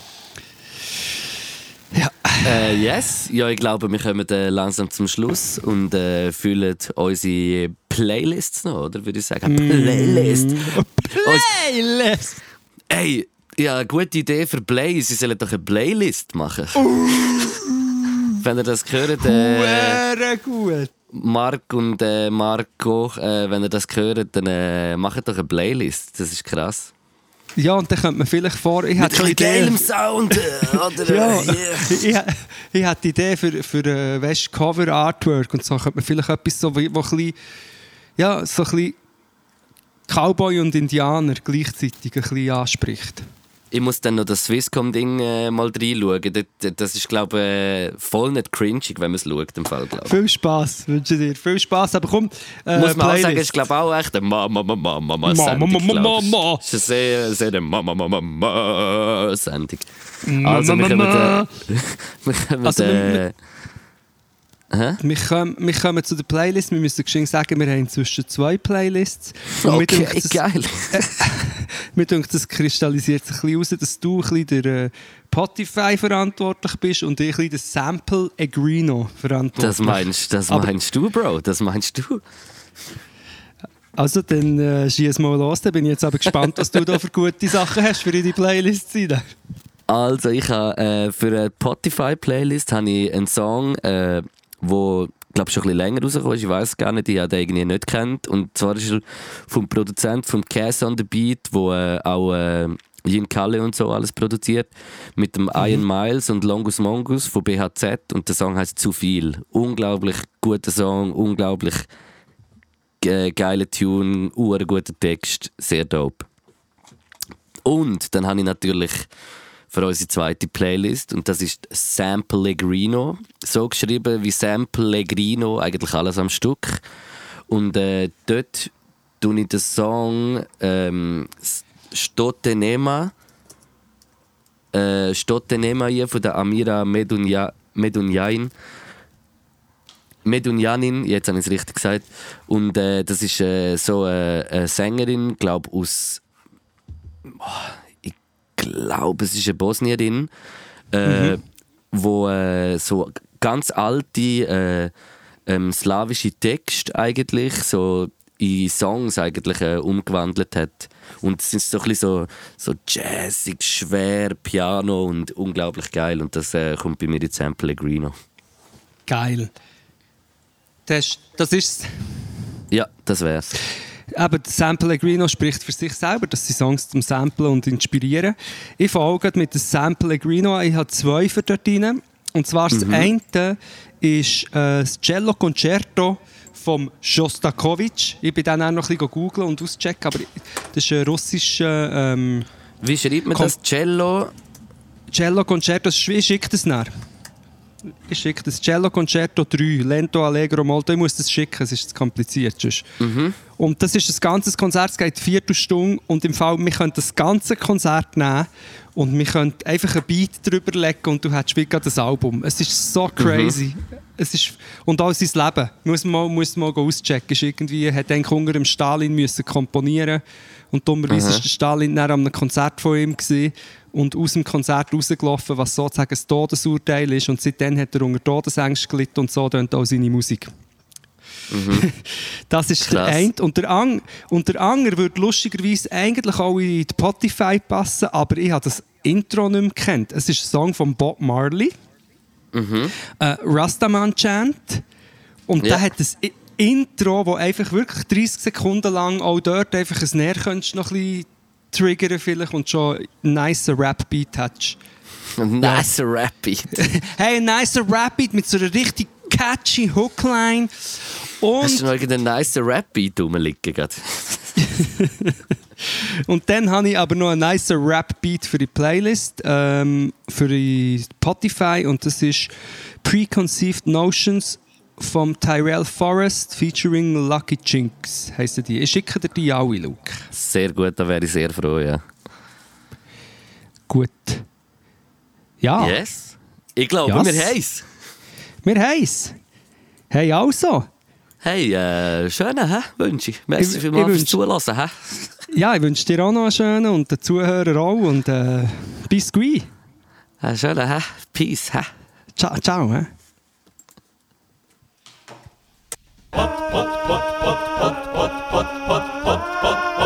Speaker 3: Ja.
Speaker 2: Yes. Ja, ich glaube, wir kommen langsam zum Schluss und füllen unsere Playlists noch, oder würde ich sagen? Playlist!
Speaker 3: Playlist!
Speaker 2: Hey, ja, eine gute Idee für Play. Sie sollen doch eine Playlist machen. Wenn ihr das hört,
Speaker 3: gut.
Speaker 2: Marc und Marco, wenn ihr das hört, dann macht doch eine Playlist. Das ist krass.
Speaker 3: Ja, und dann könnte man vielleicht ich
Speaker 2: Mit ein geilem Sound, oder?
Speaker 3: Ja, ich hatte die Idee für weißt, Cover Artwork und so könnte man vielleicht etwas so, wo ein bisschen, ja, so ein bisschen Cowboy und Indianer gleichzeitig ein bisschen anspricht.
Speaker 2: Ich muss dann noch das Swisscom-Ding mal reinschauen. Das ist, glaube ich, voll nicht cringig, wenn man es schaut, im Fall, glaube ich.
Speaker 3: Viel Spass, wünsche dir. Viel Spass, aber komm,
Speaker 2: muss man
Speaker 3: Playlist.
Speaker 2: auch sagen, ist, glaube ich, auch echt eine Mama-Mama-Mama-Sendung. Es ist eine sehr Mama-Mama-Mama-Sendung. Also, wir
Speaker 3: kommen zu der Playlist. Wir müssen geschwind sagen, wir haben inzwischen 2 Playlists. Und
Speaker 2: okay, geil.
Speaker 3: Mir denkt, das kristallisiert sich ein bisschen raus, dass du ein bisschen der Spotify verantwortlich bist und ich ein bisschen der Sample Agrino verantwortlich.
Speaker 2: Das meinst du, Bro? Das meinst du?
Speaker 3: Also, dann schieß mal los. Dann bin ich jetzt aber gespannt, was du da für gute Sachen hast für in die Playlist rein.
Speaker 2: Also, ich habe für eine Spotify-Playlist einen Song, wo glaube schon ein bisschen länger rausgekommen ist. Ich weiß gar nicht, ich habe den irgendwie nicht kennt. Und zwar ist er vom Produzent von Cass on the Beat, wo auch Yin Kalle und so alles produziert, mit dem Ian Miles und Longus Mongus von BHZ. Und der Song heißt «Zu viel». Unglaublich guter Song, unglaublich geiler Tune, guter Text, sehr dope. Und dann habe ich natürlich für unsere zweite Playlist und das ist Samplegrino, so geschrieben wie Samplegrino, eigentlich alles am Stück. Und dort tue ich den Song Stotenema hier von der Amira Medunjanin, jetzt habe ich es richtig gesagt. Und das ist so eine Sängerin, glaube aus ich glaube, es ist eine Bosnierin, wo so ganz alte slawische Texte eigentlich so in Songs eigentlich umgewandelt hat. Und es ist so ein bisschen so jazzig, schwer, Piano und unglaublich geil. Und das kommt bei mir in Samplegrino.
Speaker 3: Geil. Das ist
Speaker 2: ja, das wär's.
Speaker 3: Aber Samplegrino spricht für sich selber, dass sie Songs zum Samplen und inspirieren. Ich fange mit dem Samplegrino an. Ich habe 2 für dort rein. Und zwar das eine ist das Cello Concerto von Shostakovich. Ich bin dann auch noch ein bisschen googeln und auschecken, aber das ist ein russischer...
Speaker 2: Wie schreibt man das? Cello
Speaker 3: Concerto, ich schicke das nach. Ich schicke das Cello Concerto 3, Lento, Allegro, Molto. Ich muss das schicken, es ist zu kompliziert. Und das ist ein ganzes Konzert, es geht 4 Stunden. Und im Fall, wir können das ganze Konzert nehmen und wir können einfach einen Beat drüber legen und du hättest wie gerade das Album. Es ist so crazy. Es ist, und auch sein Leben. Muss man auschecken. Ist irgendwie, hat eigentlich unter dem Stalin müssen komponieren und dummerweise war der Stalin dann an einem Konzert von ihm gewesen. Und aus dem Konzert rausgelaufen, was sozusagen ein Todesurteil ist. Und seitdem hat er unter Todesängsten gelitten und so tönt auch seine Musik. Das ist
Speaker 2: krass.
Speaker 3: Der eine. Und der andere würde lustigerweise eigentlich auch in die Spotify passen, aber ich habe das Intro nicht mehr gekannt. Es ist ein Song von Bob Marley, Rastaman Chant. Und der hat ein Intro, das einfach wirklich 30 Sekunden lang auch dort einfach ein Näher könntest noch ein bisschen triggern vielleicht und schon einen nice Rap-Beat hast.
Speaker 2: Ein nice Rap-Beat.
Speaker 3: Hey, ein nice Rap-Beat mit so einer richtig catchy Hookline. Und
Speaker 2: hast du noch irgendeinen nice Rap-Beat rumliegen?
Speaker 3: Und dann habe ich aber noch einen nice Rap-Beat für die Playlist, für die Spotify und das ist Preconceived Notions vom Tyrell Forrest featuring Lucky Chinks heissen die. Ich schicke dir die alle, Luke.
Speaker 2: Sehr gut, da wäre ich sehr froh, ja.
Speaker 3: Gut. Ja.
Speaker 2: Yes. Ich glaube,
Speaker 3: Yes.
Speaker 2: wir haben es.
Speaker 3: Wir haben es. Hey, also.
Speaker 2: Hey, schönen wünsche ich. Merci vielmals fürs Zulassen. Hä?
Speaker 3: Ja, ich wünsche dir auch noch einen schönen und den Zuhörern auch. Und bis gleich.
Speaker 2: Schönen Peace.
Speaker 3: Ciao, ciao. He?
Speaker 1: Pod, pod, pod, pod, pod, pod, pod, pod, pod, pod.